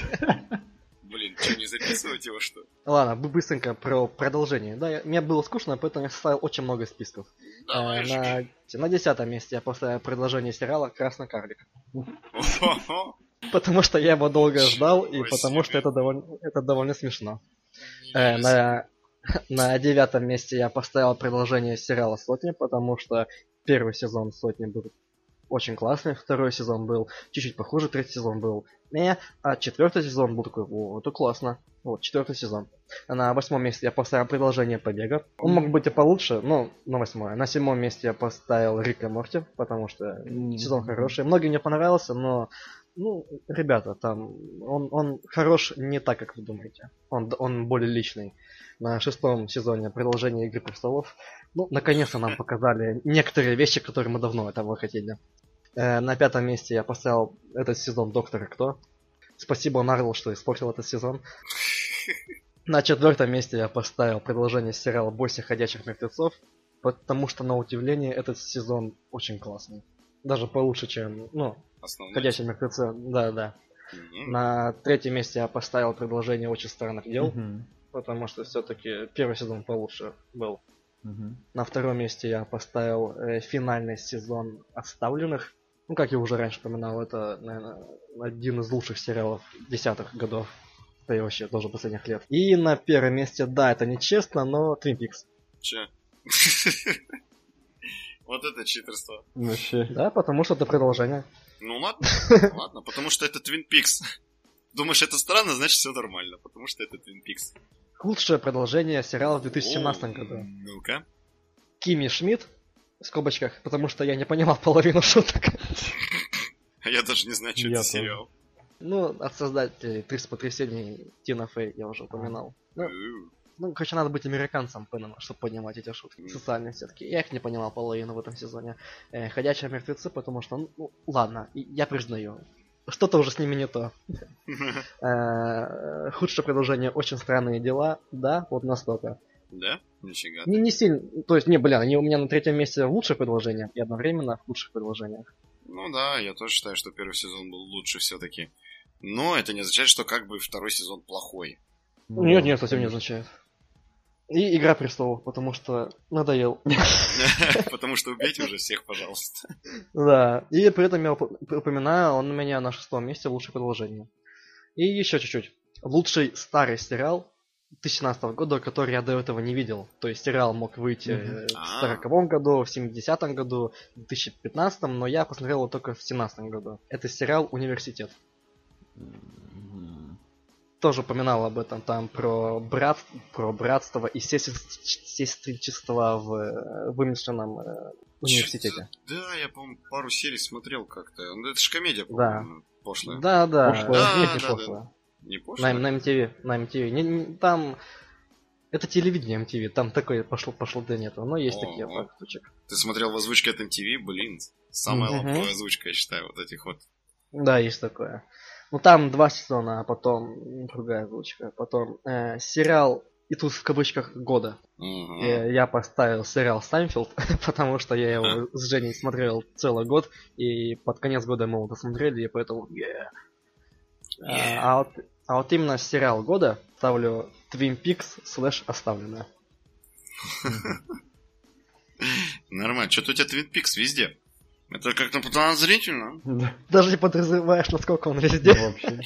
Блин, что, не записывать его, что? Ладно, б- быстренько про продолжение. Да, я- мне было скучно, поэтому я составил очень много списков. Давай Э, же. на, на десятом месте я поставил предложение сериала «Красный карлик». О-хо-хо. Потому что я его долго ждал, и Ничего потому что себе. это довольно, это довольно смешно. Э, на, на девятом месте я поставил предложение сериала «Сотня», потому что первый сезон «Сотни» был очень классный, второй сезон был чуть-чуть похуже, третий сезон был не, а четвертый сезон был такой, о, это классно. Вот, четвертый сезон. На восьмом месте я поставил «Продолжение побега». Он мог быть и получше, но на восьмое. На седьмом месте я поставил «Рик и Морти», потому что сезон хороший. Многим не понравился, но, ну, ребята, там, он, он хорош не так, как вы думаете. Он, он более личный. На шестом сезоне «Продолжение Игры престолов». Ну, наконец-то нам показали некоторые вещи, которые мы давно этого хотели. Э, на пятом месте я поставил этот сезон «Доктора Кто». Спасибо, Марвел, что испортил этот сезон. На четвертом месте я поставил продолжение сериала «Бойся ходячих мертвецов», потому что, на удивление, этот сезон очень классный. Даже получше, чем, ну, Основной. «Ходячие мертвецы». Да-да. Мгм. На третьем месте я поставил предложение «Очень странных дел», Мгм. потому что все-таки первый сезон получше был. Мгм. На втором месте я поставил э, финальный сезон «Оставленных». Ну, как я уже раньше упоминал, это, наверное, один из лучших сериалов десятых годов. Да и вообще тоже последних лет. И на первом месте, да, это нечестно, но Twin Peaks. Че? Вот это читерство. Вообще. Да, потому что это продолжение. Ну ладно, ладно, потому что это Twin Peaks. Думаешь, это странно, значит все нормально, потому что это Twin Peaks. Лучшее продолжение сериала в две тысячи семнадцатом О, году. Ну-ка. Кимми Шмидт, в скобочках, потому что я не понимал половину шуток. А я даже не знаю, что Я это тоже. сериал. Ну, от создателей «триста потрясений» Тина Фей я уже упоминал. Ну, У, Ну, короче, надо быть американцем, чтобы понимать эти шутки. Мгм. Социальные все-таки. Я их не понимал половину в этом сезоне. Э, Ходячие мертвецы, потому что, ну, ладно, и- я признаю. Что-то уже с ними не то. Э, Худшее продолжение «Очень странные дела». Да, вот настолько. Да? Нифига. Не, не сильно. То есть, не, блин, они у меня на третьем месте лучшее предложение и одновременно в худших предложениях. Ну да, я тоже считаю, что первый сезон был лучше все-таки. Но это не означает, что как бы второй сезон плохой. Ну, Нет, да, нет, совсем не конечно. означает. И «Игра престолов», потому что надоел. Потому что убейте уже всех, пожалуйста. Да, и при этом я уп- упоминаю, он у меня на шестом месте лучшее продолжение. И еще чуть-чуть. Лучший старый сериал две тысячи семнадцатого года, который я до этого не видел. То есть сериал мог выйти Мгм. э, А. в сороковом году, в семидесятом году, в две тысячи пятнадцатом, но я посмотрел его только в семнадцатом году. Это сериал «Университет». Мгм. Тоже упоминал об этом, там про, брат, про братство и сестр- сестричество в э, вымышленном э, университете. Да, я, по-моему, пару серий смотрел как-то. Ну, это же комедия, Да. по-моему, пошлая. Да, да, Пошлая. Да, нет, не да, пошлая. Не На, пошлая? на эм ти ви, на эм ти ви. Не- не- там это телевидение эм ти ви, там такое пошло, пошло да нету, но есть О, такие о. пару штучек. Ты смотрел в озвучке от эм ти ви? Блин, самая Мгм. ламповая озвучка, я считаю, вот этих вот. Да, есть такое. Ну там два сезона, а потом другая озвучка. Потом э, сериал, и тут в кавычках года. Мгм. Э, я поставил сериал «Сайнфелд», потому что я его с Женей смотрел целый год, и под конец года мы его досмотрели, и поэтому yeah. А, Yeah. а вот, а вот именно сериал года ставлю Twin Peaks слэш «Оставленная». Нормально. Что-то у тебя Twin Peaks везде. Это как-то подозрительно. Да, Даже не подразумеваешь, насколько он везде. вообще.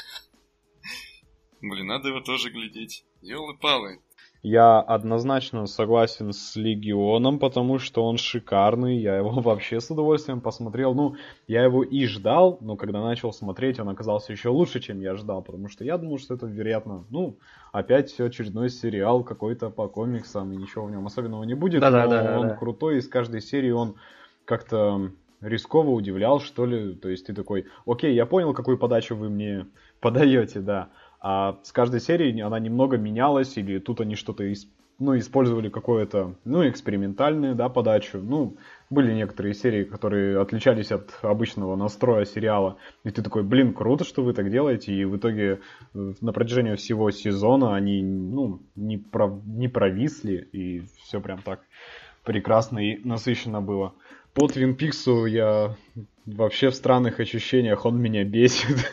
Блин, надо его тоже глядеть. Ёлы-палы. Я однозначно согласен с Легионом, потому что он шикарный. Я его вообще с удовольствием посмотрел. Ну, я его и ждал, но когда начал смотреть, он оказался еще лучше, чем я ждал. Потому что я думал, что это, вероятно, ну, опять очередной сериал какой-то по комиксам, и ничего в нем особенного не будет. Да-да, но да, он да. крутой, и с каждой серии он как-то рисково удивлял, что ли. То есть ты такой, окей, я понял, какую подачу вы мне подаете, да. А с каждой серией она немного менялась, или тут они что-то из, ну, использовали какое-то, ну, экспериментальную, да, подачу. Ну, были некоторые серии, которые отличались от обычного настроя сериала. И ты такой, блин, круто, что вы так делаете. И в итоге на протяжении всего сезона они, ну, не, пров... не провисли. И все прям так прекрасно и насыщенно было. По Твин Пиксу я вообще в странных ощущениях, он меня бесит.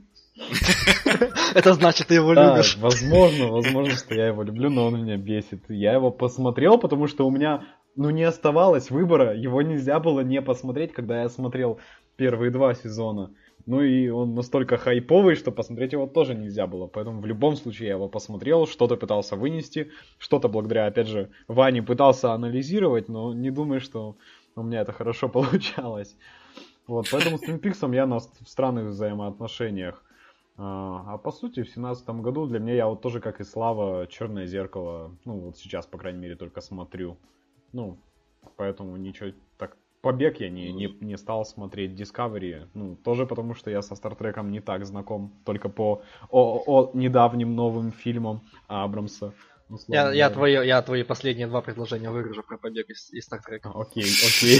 Это значит, ты его да, любишь. Возможно, возможно, что я его люблю, но он меня бесит. Я его посмотрел, потому что у меня, ну, не оставалось выбора. Его нельзя было не посмотреть, когда я смотрел первые два сезона. Ну и он настолько хайповый, что посмотреть его тоже нельзя было. Поэтому в любом случае я его посмотрел, что-то пытался вынести, что-то благодаря, опять же, Ване пытался анализировать, но не думаю, что у меня это хорошо получалось. Вот, поэтому с Twin Peaks'ом я на странных взаимоотношениях. А по сути, в семнадцатом году для меня, я вот тоже, как и Слава, Черное зеркало, ну вот сейчас, по крайней мере, только смотрю. Ну, поэтому ничего так... Побег я не, не, не стал смотреть, Discovery, ну, тоже потому что я со Стартреком не так знаком, только по о, о недавним новым фильмам Абрамса. Я, я, твои, я твои последние два предложения вырежу про побег из, из Стартрека. Окей, окей.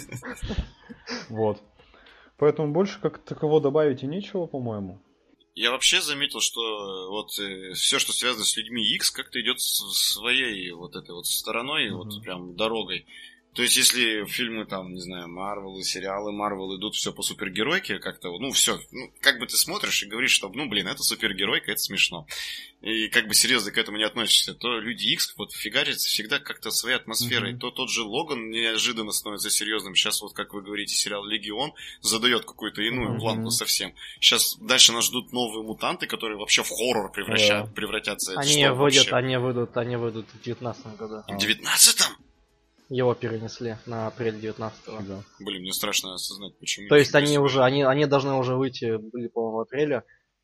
Вот. Поэтому больше как такового добавить и нечего, по-моему. Я вообще заметил, что вот э, все, что связано с людьми X, как-то идет своей вот этой вот стороной, mm-hmm. вот прям дорогой. То есть, если фильмы там, не знаю, Марвел и сериалы Марвел идут все по супергеройке, как-то, ну, все, ну, как бы ты смотришь и говоришь, что, ну, блин, это супергеройка, это смешно. И как бы серьезно к этому не относишься, то Люди Икс вот фигарятся всегда как-то своей атмосферой. Mm-hmm. То тот же Логан неожиданно становится серьезным. Сейчас вот, как вы говорите, сериал Легион задает какую-то иную mm-hmm. планку совсем. Сейчас дальше нас ждут новые мутанты, которые вообще в хоррор превращают, yeah. превратятся. Они выйдут, они выйдут, они выйдут в девятнадцатом году. В девятнадцатом? Его перенесли на апрель девятнадцатого. Да. Блин, мне страшно осознать, почему. То есть они себе. уже, они, они должны уже выйти, были, по-моему, в апреле.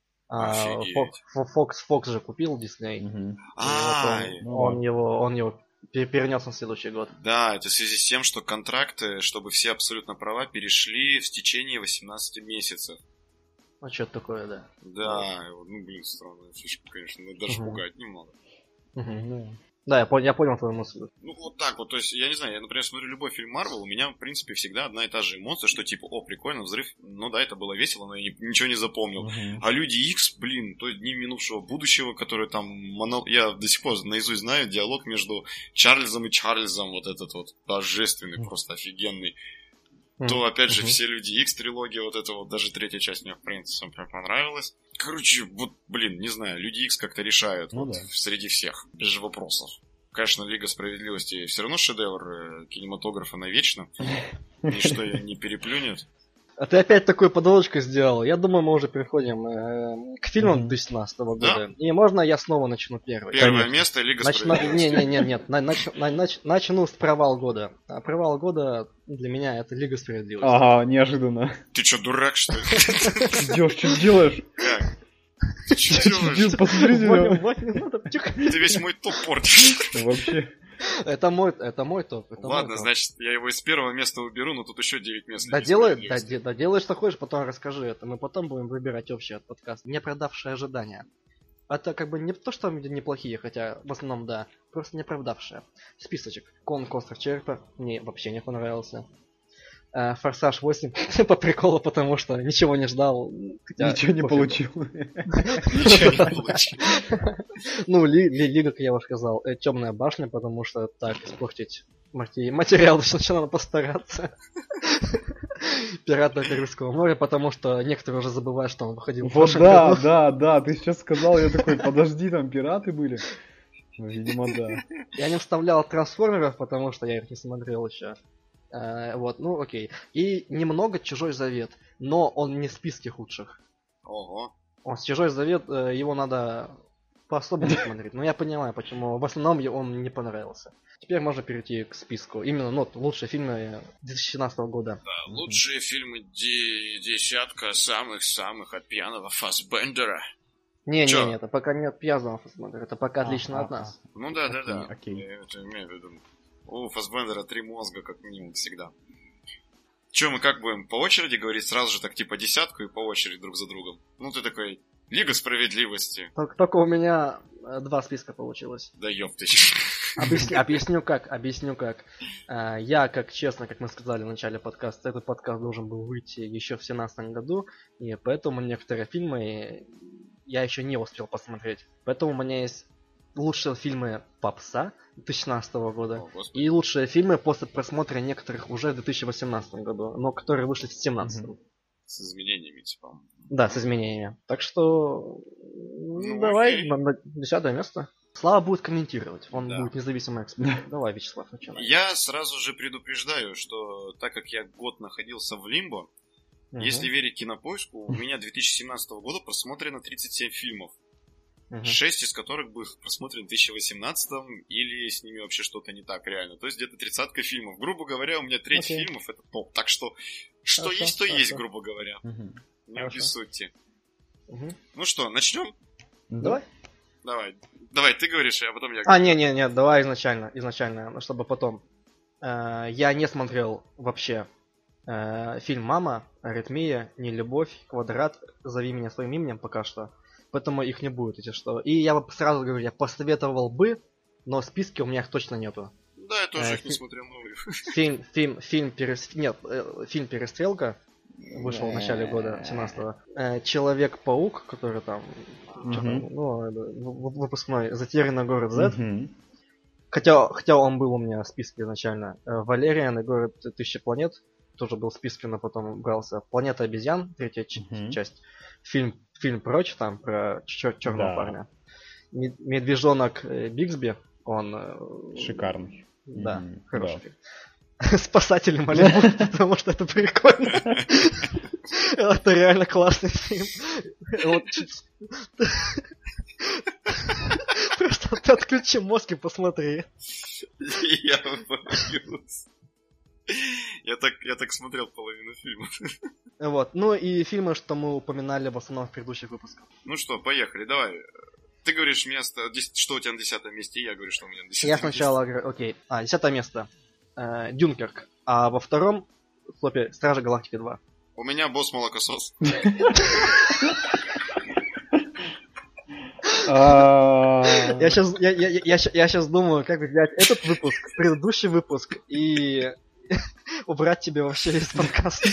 Офигеть. Fox, Fox же купил Disney. Угу. А, он, он его, он его перенес на следующий год. Да, это в связи с тем, что контракты, чтобы все абсолютно права, перешли в течение восемнадцати месяцев. А что-то такое, да. Да, ну блин, странная фишка, конечно, но даже угу. пугает немного. Угу, да. Да, я понял, я понял твою мысль. Ну, вот так вот, то есть, я не знаю, я, например, смотрю любой фильм Марвел, у меня, в принципе, всегда одна и та же эмоция, что типа, о, прикольно, взрыв, ну да, это было весело, но я ничего не запомнил. Uh-huh. А Люди Икс, блин, то дни минувшего будущего, который там, моно... я до сих пор наизусть знаю диалог между Чарльзом и Чарльзом, вот этот вот божественный, uh-huh. просто офигенный. Uh-huh. То, опять же, uh-huh. все Люди Икс трилогия, вот это вот, даже третья часть мне, в принципе, прям понравилась. Короче, вот, блин, не знаю, Люди Икс как-то решают ну, вот, да. среди всех, без вопросов. Конечно, Лига Справедливости все равно шедевр кинематографа навечно. Ничто ее не переплюнет. А ты опять такую подводочку сделал. Я думаю, мы уже переходим э, к фильмам две тысячи семнадцатого года. Да? И можно я снова начну первый? Первое Конечно. место Лига Нач... Справедливости. Нет, нет, нет, нет. Нач... Нач... Начну с провал года. А провал года для меня это Лига Справедливости. Ага, неожиданно. Ты что, дурак, что ли? Идёшь, что делаешь? Как? Ты что делаешь? Посмотрите, ты весь мой топ портишь. Вообще. Это мой, это мой топ. Это Ладно, мой топ. Значит, я его из первого места уберу, но тут еще девять мест. Да делай, да, да делай, что хочешь, потом расскажи это. Мы потом будем выбирать общий от подкаста. Не оправдавшие ожидания. Это как бы не то, что неплохие, хотя в основном да, просто не оправдавшие. Списочек. Кон Остров Черепа мне вообще не понравился. Форсаж восемь по приколу, потому что ничего не ждал. Хотя ничего не получил. Ничего не получил. Ну, Лига, как я уже сказал, Темная башня, потому что так испортить материал достаточно надо постараться. Пираты Карибского моря, потому что некоторые уже забывают, что он выходил в прошлом году. Вот да, да, да, ты сейчас сказал, я такой, подожди, там пираты были. Ну, видимо, да. Я не вставлял трансформеров, потому что я их не смотрел еще. Uh, вот, ну окей. И немного Чужой Завет, но он не в списке худших. Ого. Он с Чужой Завет, его надо по-особому смотреть. Но я понимаю, почему в основном он мне не понравился. Теперь можно перейти к списку. Именно, ну, лучшие фильмы две тысячи семнадцатого года. Да, лучшие фильмы де- десятка самых-самых от пьяного Фассбендера. Не-не-не, это пока не от пьяного Фассбендера, это пока а, отлично а, от нас. Ну да, да, да. Окей. Я это имею в виду. У Фассбендера три мозга, как минимум, всегда. Че, мы как будем по очереди говорить? Сразу же так типа десятку и по очереди друг за другом. Ну ты такой, Лига Справедливости. Только, только у меня два списка получилось. Да ёпты. Объясню, объясню как, объясню как. Я, как честно, как мы сказали в начале подкаста, этот подкаст должен был выйти еще в две тысячи семнадцатом году, и поэтому некоторые фильмы я еще не успел посмотреть. Поэтому у меня есть лучшие фильмы попса две тысячи шестнадцатого года О, и лучшие фильмы после просмотра некоторых уже в две тысячи восемнадцатом году, но которые вышли в две тысячи семнадцатом. С изменениями, типа. Да, с изменениями. Так что Ну, давай окей. на, на десятое место. Слава будет комментировать, он Да. будет независимый эксперт. Давай, Вячеслав, начинай. Я сразу же предупреждаю, что так как я год находился в Лимбо, Мгм. если верить Кинопоиску, у меня две тысячи семнадцатого года просмотрено тридцать семь фильмов. Мгм. шесть из которых были просмотрены в две тысячи восемнадцатом, или с ними вообще что-то не так реально. То есть где-то тридцатка фильмов. Грубо говоря, у меня треть Окей. фильмов это топ. Так что, что Хорошо, есть, то хорошо. есть, грубо говоря. Мгм. Не Хорошо. обессудьте. Мгм. Ну что, начнем? Давай. Давай. Давай, ты говоришь, а потом я А, говорю. не-не-не, давай изначально, изначально, ну, чтобы потом. Э, Я не смотрел вообще э, фильм «Мама», «Аритмия», «Нелюбовь», «Квадрат», «Зови меня своим именем» пока что. Поэтому их не будет, если что. И я бы сразу говорю, я посоветовал бы, но в списке у меня их точно нету. Да, я тоже Э, их не фи- смотрел новые. Фильм, фильм, фильм, перес... Нет, э, фильм «Перестрелка» вышел в начале года семнадцатого. Э, Человек-паук, который там, чё там, Мгм. ну, это, в- в- выпускной, «Затерянный город Z». Мгм. Хотя, хотя он был у меня в списке изначально. Э, Валериан и город тысячи планет тоже был в списке, но потом убрался. Планета обезьян, третья ч- Мгм. часть. Фильм, фильм прочь, там, про черного Да. парня. Ме- Медвежонок э, Бигсби, он... э, Шикарный. Да, Мгм, хороший да. фильм. Спасатели Малибу, потому что это прикольно. Это реально классный фильм. Вот чуть- Просто ты отключи мозг и посмотри. Я боюсь. Я так, я так смотрел половину фильма. Вот. Ну и фильмы, что мы упоминали в основном в предыдущих выпусках. Ну что, поехали, давай. Ты говоришь место, дес- что у тебя на десятом месте, и я говорю, что у меня на десятом Я месте. сначала говорю, окей. А, десятое место. Э, Дюнкерк. А во втором хлопе Стражи Галактики два. У меня босс молокосос. А, Я сейчас, я, я, я, ща- я сейчас думаю, как бы взять этот выпуск, предыдущий выпуск и убрать тебе вообще из подкаста.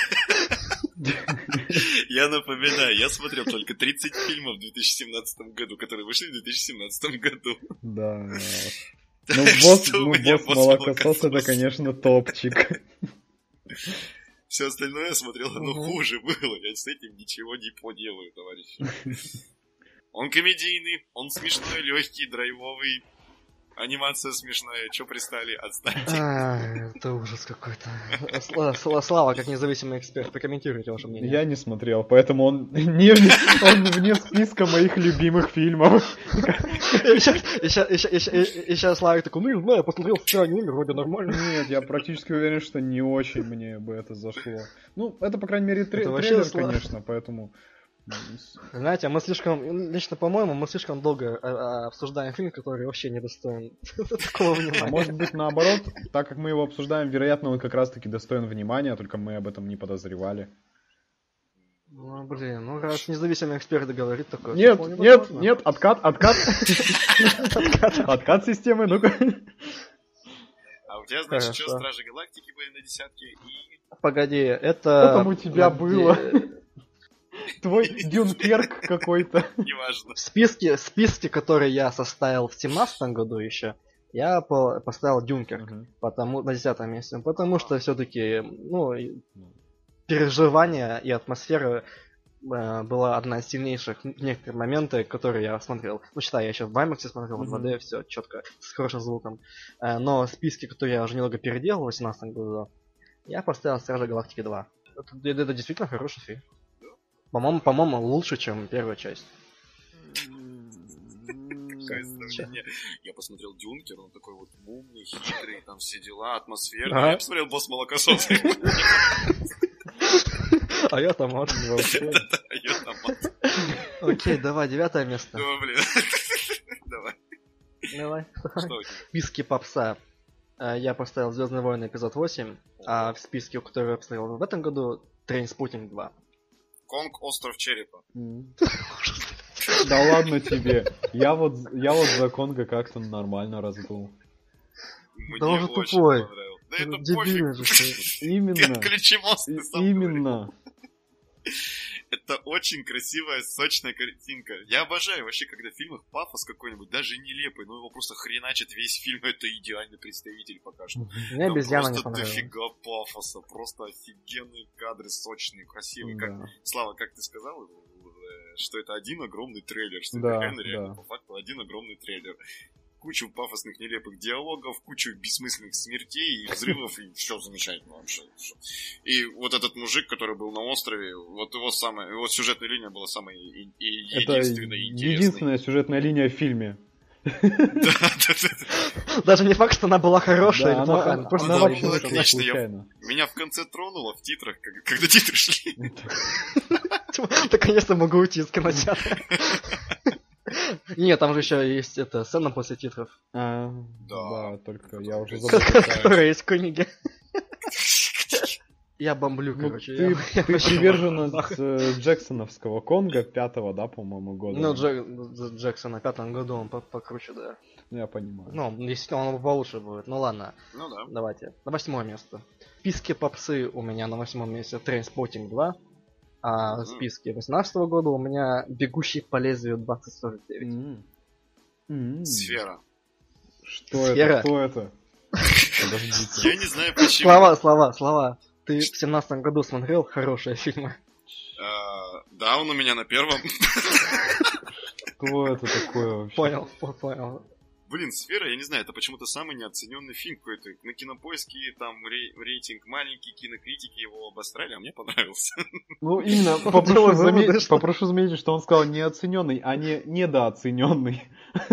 Я напоминаю, я смотрел только тридцать фильмов в две тысячи семнадцатом году, которые вышли в две тысячи семнадцатом году. Да. Так Ну, босс, что у ну, меня босс молокосос это, конечно, топчик. Все остальное я смотрел, оно Мгм. хуже было. Я с этим ничего не поделаю, товарищи. Он комедийный, он смешной, легкий, драйвовый. Анимация смешная, чё пристали, отстаньте. А, это ужас какой-то. Сла- Сла- Слава, как независимый эксперт, прокомментируйте ваше мнение. Я не смотрел, поэтому он не он вне списка моих любимых фильмов. И сейчас Славик такой, ну не знаю, я посмотрел «Странный мир», вроде нормально. Нет, я практически уверен, что не очень мне бы это зашло. Ну, это, по крайней мере, тре- Это вообще трейлер, сла- конечно, поэтому... Знаете, мы слишком, лично по-моему, мы слишком долго а, а, обсуждаем фильм, который вообще не достоин такого А внимания. может быть, наоборот, так как мы его обсуждаем, вероятно, он как раз-таки достоин внимания, только мы об этом не подозревали. Ну, блин, ну раз независимый эксперт говорит такое... Нет, вполне нет, возможно. нет, откат, откат. Откат системы, ну-ка. А у тебя, значит, что, Хорошо. Стражи Галактики были на десятке и... Погоди, это... Что там у тебя на- было? Твой Дюнкерк какой-то. Неважно. В списке, в списке, который я составил в семнадцатом году еще, я по- поставил Дюнкерк потому, на десятом месте. Потому что все-таки, ну, и переживания и атмосфера э, была одна из сильнейших в некоторые моменты, которые я смотрел. Ну, считай, я еще в IMAX смотрел, в два дэ, все четко, с хорошим звуком. Э, но списки, которые я уже немного переделал в восемнадцатом году, я поставил Стражи Галактики два. Это, это- это действительно хороший фильм. По-моему, по-моему, лучше, чем первая часть. Какое сравнение. Я посмотрел Дюнкер, он такой вот умный, хитрый, там все дела, атмосферный. Ага. Я посмотрел босс молокосос. А я там вот вообще. А я там... Окей, давай, девятое место. Ну, блин. Давай. Давай. Что у тебя? Списки попса. Э, Я поставил Звездные войны эпизод восемь. А в списке, который я посмотрел в этом году, Trainspotting два. Конг, остров черепа. Да ладно тебе. Я вот, я вот за Конга как-то нормально раздул. Да он же тупой. Да это дебильный же. Именно. Отключи мозг, ты сам Именно. Это очень красивая, сочная картинка. Я обожаю вообще, когда в фильмах пафос какой-нибудь, даже нелепый, но его просто хреначит весь фильм. Это идеальный представитель пока что. Мне обезьяна не просто понравилась. дофига пафоса, просто офигенные кадры, сочные, красивые. Да. Как, Слава, как ты сказал, что это один огромный трейлер, что Да, это реально, реально, да. по факту один огромный трейлер. Кучу пафосных нелепых диалогов, кучу бессмысленных смертей и взрывов, и все замечательно вообще. Всё. И вот этот мужик, который был на острове, вот его самая, его сюжетная линия была самая и, и Это единственная интересная. единственная сюжетная линия в фильме. Да, да, да. Даже не факт, что она была хорошая Да, или плохая, она, она просто она была вообще отличная. вышла случайно. Меня в конце тронуло в титрах, как- когда титры шли. Наконец-то могу уйти из кинотеатра. Нет, там же еще есть эта сцена после титров, А, Да. да, только я уже забыл. какая. которая есть в книге. Я бомблю, Ну, короче. ты, я- я ты вообще приверженец нахуй. э, Джексоновского Конга пятого, да, по-моему, года. Ну, Джек- Джексон на пятом году, он по- покруче, да. Я понимаю. Ну, действительно, он получше будет. Ну ладно, Ну да. давайте. На восьмое место. В списке попсы у меня на восьмом месте Trainspotting два. А в Мгм. списке восемнадцатого года у меня Бегущий по лезвию двадцать сорок девять. М. М. Сфера. Что Сфера. это? Кто это? Подождите. Я не знаю почему. Слова, слова, слова. Ты в семнадцатом году смотрел хорошие фильмы? А, да, он у меня на первом. Что это такое вообще? Понял, по- понял. Блин, Сфера, я не знаю, это почему-то самый неоцененный фильм какой-то. На Кинопоиске там рей- рейтинг маленький, кинокритики его обострали, а мне понравился. Ну, именно, Он попрошу, делал заметить, выводы, что- попрошу заметить, что он сказал неоцененный, а не недооцененный.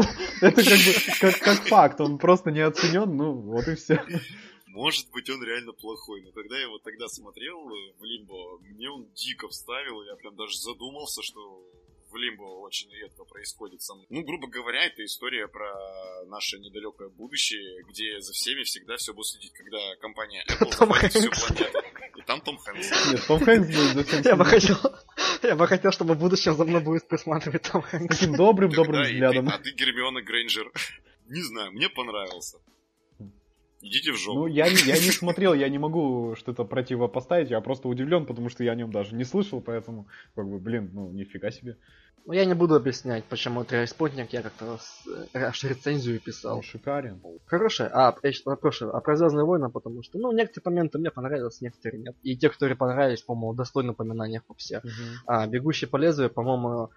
Это как бы как, как факт, он просто неоценен, ну вот и все. Может быть, он реально плохой, но когда я его тогда смотрел э, в Лимбо, мне он дико вставил, я прям даже задумался, что в Лимбо очень редко происходит со мной. Ну, грубо говоря, это история про наше недалекое будущее, где за всеми всегда все будет следить, когда компания Apple Том захватит всю Хэнкс. планету. И там Том Хэнкс. Нет, Том Хэнкс будет зачем Я бы следить? хотел, я бы хотел, чтобы в будущем за мной будет присматривать Том Хэнкс. Таким добрым-добрым Тогда и ты- взглядом. а ты Гермиона Грейнджер. Не знаю, мне понравился. Идите в жопу. Ну, я, не- я не смотрел, я не могу что-то противопоставить, я просто удивлен, потому что я о нем даже не слышал, поэтому, как бы, блин, ну, нифига себе. Ну, я не буду объяснять, почему Trainspotting, я как-то с- аж рецензию писал. Он шикарен. Хороший, а, я что, прошу, а про Звездные войны, потому что, ну, некоторые моменты мне понравились, некоторые нет. И те, которые понравились, по-моему, достойны упоминания по всех. А, Бегущий по лезвию, по-моему,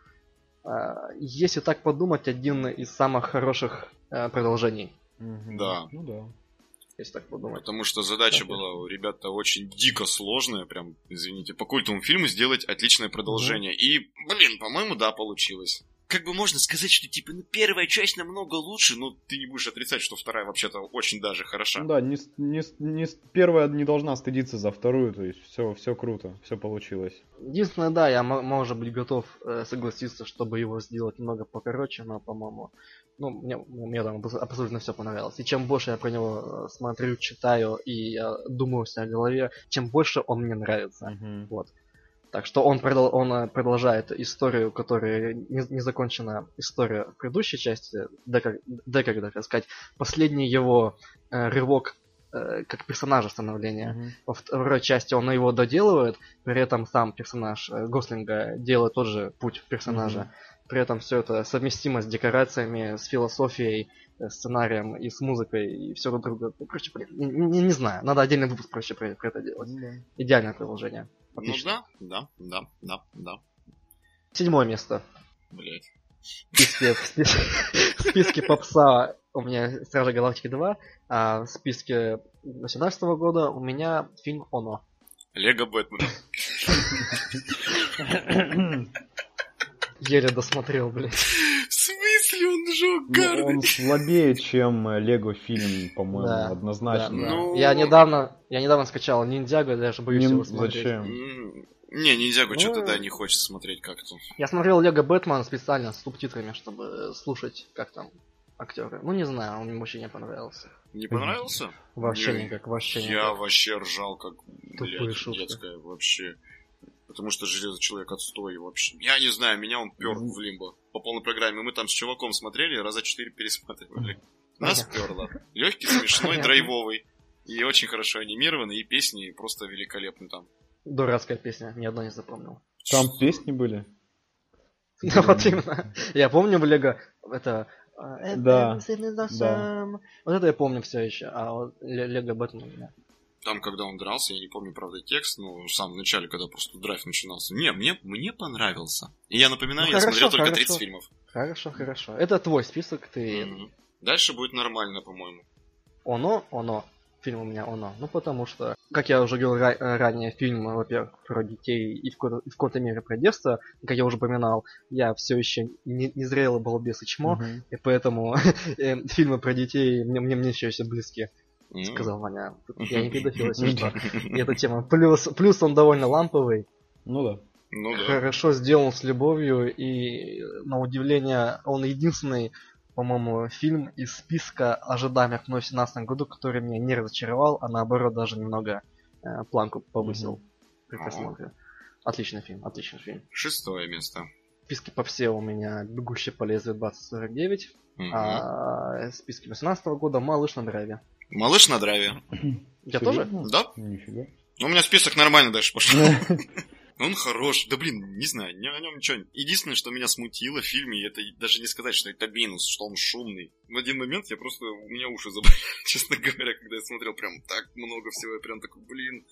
а, если так подумать, один из самых хороших а, продолжений, Мгм. Да. Ну да. если так подумать. Потому что задача Так, была у ребят очень дико сложная, прям, извините, по культовому фильму сделать отличное продолжение. И, блин, по-моему, да, получилось. Как бы можно сказать, что, типа, ну, первая часть намного лучше, но ты не будешь отрицать, что вторая вообще-то очень даже хороша. Ну да, не, с- не, с- не, с- первая не должна стыдиться за вторую, то есть все, все круто, все получилось. Единственное, да, я, мо- может быть, готов э, согласиться, чтобы его сделать немного покороче, но, по-моему, ну, мне, мне там абс- абсолютно все понравилось. И чем больше я про него э, смотрю, читаю и э, думаю у себя в голове, чем больше он мне нравится. Мгм. Вот. Так что он, продол- он э, продолжает историю, которая не, не закончена история предыдущей части, Дека, Декарда, так сказать, последний его э, рывок э, как персонажа становления. Мгм. Во второй части он его доделывает, при этом сам персонаж э, Гослинга делает тот же путь персонажа. Мгм. При этом все это совместимо с декорациями, с философией, э, сценарием и с музыкой, и все друг друга. Ну, короче, блин, не, не- не знаю, надо отдельный выпуск проще про, про это делать. Ну да. Идеальное продолжение. Ну Отлично. да, да, да, да, да. Седьмое место. Блять. В списке, в списке, в списке попса у меня Стражи Галактики два, а в списке восемнадцатого года у меня фильм Оно. Лего Бэтмен. Еле досмотрел, блядь. В смысле он Ну, жёг он слабее, чем Лего фильм, по-моему, Да, однозначно. Да, да. Ну- Я недавно, я недавно скачал Ниндзяго, даже боюсь Нин- его смотреть. Зачем? М, Не, ниндзягу Ну, что-то, да, не хочется смотреть как-то. Я смотрел Лего Бэтмен специально с субтитрами, чтобы слушать, как там актеры. Ну, не знаю, он мне вообще не понравился. Не понравился? Вообще не, никак, вообще я никак. Я вообще ржал, как, блядь, детская вообще. Потому что Железный Человек отстой вообще. Я не знаю, меня он пёр mm-hmm. в Лимбо по полной программе. Мы там с чуваком смотрели, раза четыре пересматривали. Нас пёрло. Лёгкий, смешной, драйвовый. И очень хорошо анимированный, и песни просто великолепны там. Дурацкая песня, ни одной не запомнил. Там песни были? Да, вот именно. Я помню в Лего это... Да. да. Вот это я помню все еще, а вот Лего Бэтмен, да. Там, когда он дрался, я не помню, правда, текст, но в самом начале, когда просто драйв начинался. Не, мне, мне понравился. И я напоминаю, ну, я хорошо, смотрел только хорошо. тридцать фильмов. Хорошо, хорошо. Это твой список, ты... Mm-hmm. Дальше будет нормально, по-моему. Оно, оно. Фильм у меня оно. Ну, потому что, как я уже говорил ра- ранее, фильм, во-первых, про детей и в, ко- и в какой-то мере про детство. Как я уже упоминал, я все еще не, не зрелый балбес и чмо, mm-hmm. и поэтому фильмы про детей мне, мне, мне все еще близки. Mm-hmm. Сказал Ваня. Я не педофил, если что. И эта тема. Плюс, плюс он довольно ламповый. Ну да. Ну, да. Хорошо сделан с любовью, и, на удивление, он единственный, по-моему, фильм из списка ожидаемых мной в семнадцатом году, который меня не разочаровал, а наоборот даже немного э, планку повысил mm-hmm. при просмотре. Отличный фильм, отличный фильм. Шестое место. В списке по все у меня «Бегущий по лезвию двадцать сорок девять», mm-hmm. а в списке восемнадцатого года «Малыш на драйве». «Малыш на драйве». Я тоже? Да. Нифига. Ну, у меня список нормально дальше пошел. Он хорош. Да блин, не знаю, о нем ничего. Единственное, что меня смутило в фильме, это даже не сказать, что это минус, что он шумный. В один момент я просто, у меня уши заболели, честно говоря, когда я смотрел прям так много всего, я прям такой, блин,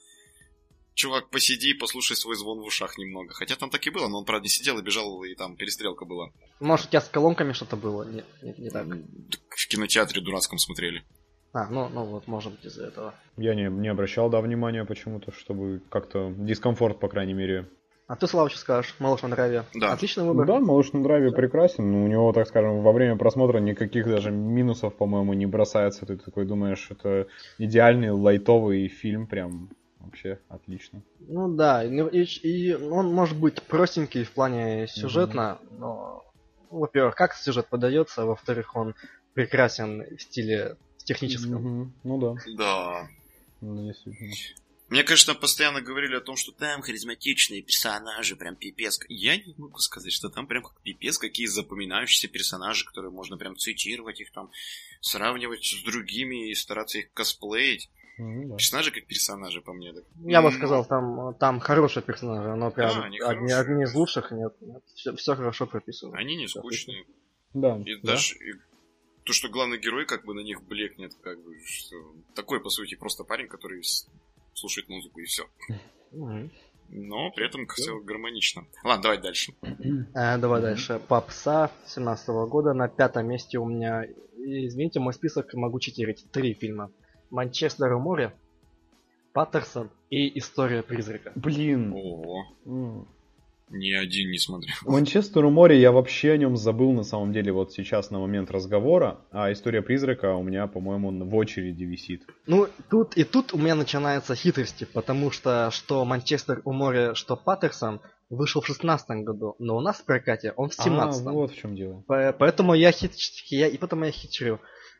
чувак, посиди, послушай свой звон в ушах немного. Хотя там так и было, но он, правда, не сидел и бежал, и там перестрелка была. Может, у тебя с колонками что-то было? Нет, не, не так. В кинотеатре дурацком смотрели. А, ну, ну вот, может быть, из-за этого. Я не, не обращал, да, внимания почему-то, чтобы как-то дискомфорт, по крайней мере. А ты, Слава, что скажешь? «Малыш на драйве». Да. Отличный выбор. Да, «Малыш на драйве» прекрасен, но у него, так скажем, во время просмотра никаких даже минусов, по-моему, не бросается. Ты такой думаешь, это идеальный лайтовый фильм, прям вообще отлично. Ну да, и, и он может быть простенький в плане сюжетно, mm-hmm. но, во-первых, как сюжет подается, во-вторых, он прекрасен в стиле техническом. Mm-hmm. Ну да. Да. Ну, действительно. Мне, конечно, постоянно говорили о том, что там харизматичные персонажи, прям пипец. Я не могу сказать, что там прям как пипец, какие запоминающиеся персонажи, которые можно прям цитировать их там, сравнивать с другими и стараться их косплеить. Mm-hmm, да. Персонажи как персонажи, по мне. Так. Я бы сказал, там, там хорошие персонажи, но прям да, одни, одни из лучших, нет, нет все, все хорошо прописано. Они не скучные. Да. И да. даже и то, что главный герой как бы на них блекнет, как бы, что такой, по сути, просто парень, который слушает музыку и все. Mm-hmm. Но при этом все гармонично. Ладно, давай дальше. А, давай mm-hmm. дальше. «Попса» семнадцатого года на пятом месте у меня. И, извините, мой список могу читерить. Три фильма. «Манчестер у моря», «Паттерсон» и «История призрака». Блин. Ого. Mm. Ни один не смотрел. «Манчестер у моря» я вообще о нем забыл на самом деле вот сейчас на момент разговора, а «История призрака» у меня, по-моему, в очереди висит. Ну, тут и тут у меня начинаются хитрости, потому что что «Манчестер у моря», что «Паттерсон» вышел в шестнадцатом году, но у нас в прокате он в семнадцатом. А, вот в чем дело. Поэтому я хит... я и потом я хитрю.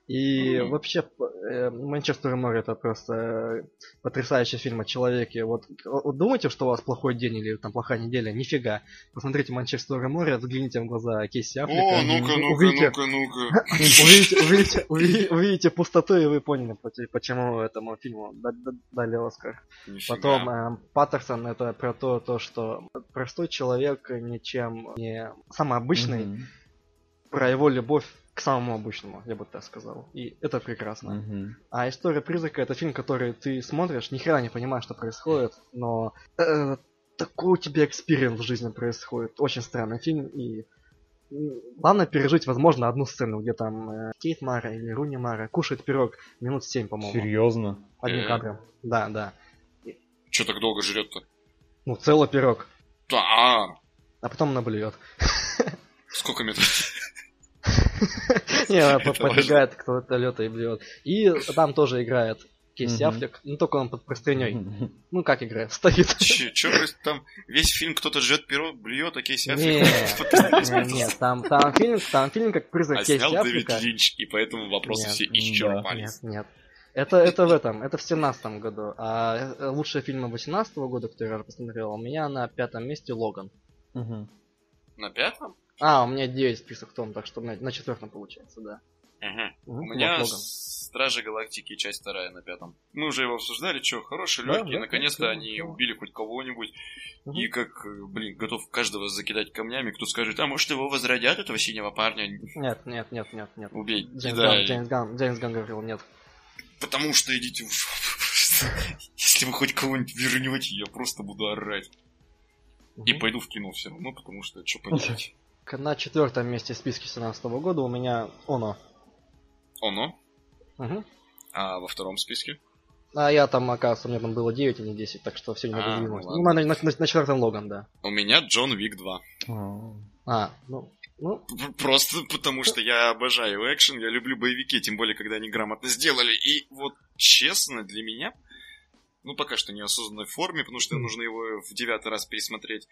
И mm-hmm. вообще, «Манчестер у моря» это просто потрясающий фильм о человеке. Вот, вот думаете, что у вас плохой день или там плохая неделя? Нифига. Посмотрите «Манчестер у моря», взгляните в глаза Кейси Аффлека. О, ну-ка, ну-ка, увидите, ну-ка, ну-ка. Увидите, увидите, увидите, увидите пустоту, и вы поняли, почему этому фильму дали Оскар. Нифига. Потом э, «Паттерсон» это про то, то, что простой человек, ничем не самый обычный, mm-hmm. про его любовь к самому обычному, я бы так сказал. И это прекрасно. Mm-hmm. А «История призрака» — это фильм, который ты смотришь, ни хера не понимаешь, что происходит, но э, такой у тебя экспириенс в жизни происходит. Очень странный фильм, и главное пережить, возможно, одну сцену, где там э, Кейт Мара или Руни Мара кушает пирог минут семь, по-моему. Серьезно? Одним кадром. Да, да. Че так долго жрет-то? Ну, целый пирог. Да. А потом наблюет. Сколько метров? Не, подбегает кто-то лёта и блюет. И там тоже играет Кейси Аффлек, ну только он под простыней. Ну как играет, стоит. Че, там весь фильм кто-то жжет перо, блюет, а Кейси Аффлек... Нет, там фильм, там фильм как призрак Кейси Аффлека. А снял Дэвид Линч, и поэтому вопросы все исчерпались. Нет, нет. Это, это в этом, это в семнадцатом году. А лучшие фильмы восемнадцатого года, которые я посмотрел, у меня на пятом месте Логан. Угу. На пятом? А, у меня девять список том, так что на четвертом получается, да. Угу. Угу. У меня Логан. Стражи Галактики, часть вторая на пятом. Мы уже его обсуждали, что, хороший, легкий, да, да, наконец-то да, они да. убили хоть кого-нибудь. Угу. И как, блин, готов каждого закидать камнями, кто скажет, а может его возродят, этого синего парня? Нет, нет, нет, нет, нет. Убей. Джеймс да. Ган, Джеймс Ган, Джеймс Ган говорил, нет. Потому что идите уж. Если вы хоть кого-нибудь вернете, я просто буду орать. Угу. И пойду в кино все равно, потому что что поделать. На четвертом месте в списке семнадцатого года у меня Оно. Оно? Угу. А во втором списке? А я там, оказывается, у меня там было девять, а не десять, так что все не могу сдвинуть. Ну, на, на, на, на четвертом Логан, да. У меня Джон Уик два. А, ну... Ну. Просто потому что я обожаю экшен, я люблю боевики, тем более, когда они грамотно сделали. И вот честно, для меня, ну пока что в неосознанной форме, потому что нужно его в девятый раз пересмотреть,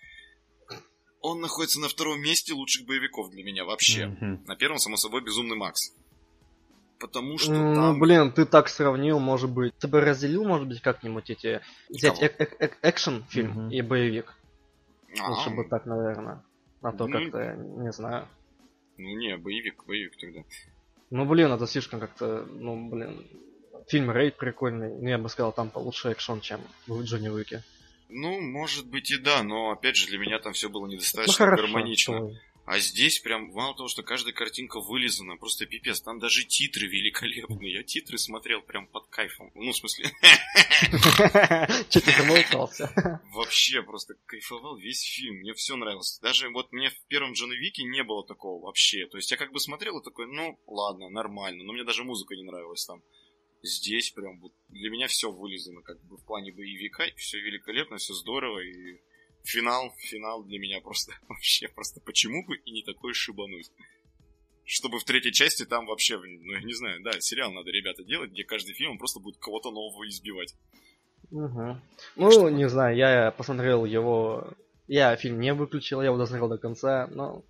он находится на втором месте лучших боевиков для меня вообще. Mm-hmm. На первом, само собой, Безумный Макс. Потому что ну, там... блин, ты так сравнил, может быть. Ты бы разделил, может быть, как-нибудь эти... Взять э- э- э- экшен-фильм mm-hmm. и боевик. А-а-а. Лучше бы так, наверное. А то ну, как-то, не знаю. Ну не, боевик, боевик тогда. Ну блин, это слишком как-то, ну блин. Фильм Рейд прикольный, ну я бы сказал, там получше экшон, чем в Джонни Уике. Ну, может быть и да, но опять же для меня там все было недостаточно ну, гармонично. Хорошо. А здесь прям, мало того, что каждая картинка вылизана, просто пипец. Там даже титры великолепные. Я титры смотрел прям под кайфом. Ну, в смысле... Че ты замолчался? Вообще просто кайфовал весь фильм. Мне все нравилось. Даже вот мне в первом Джон Уике не было такого вообще. То есть я как бы смотрел и такой, ну, ладно, нормально. Но мне даже музыка не нравилась там. Здесь прям вот для меня все вылизано как бы в плане боевика. Все великолепно, все здорово и... Финал, финал для меня просто вообще просто почему бы и не такой шибануть. Чтобы в третьей части там вообще, ну я не знаю, да, сериал надо, ребята, делать, где каждый фильм просто будет кого-то нового избивать. Угу. Ну, что? Не знаю, я посмотрел его, я фильм не выключил, я его досмотрел до конца, но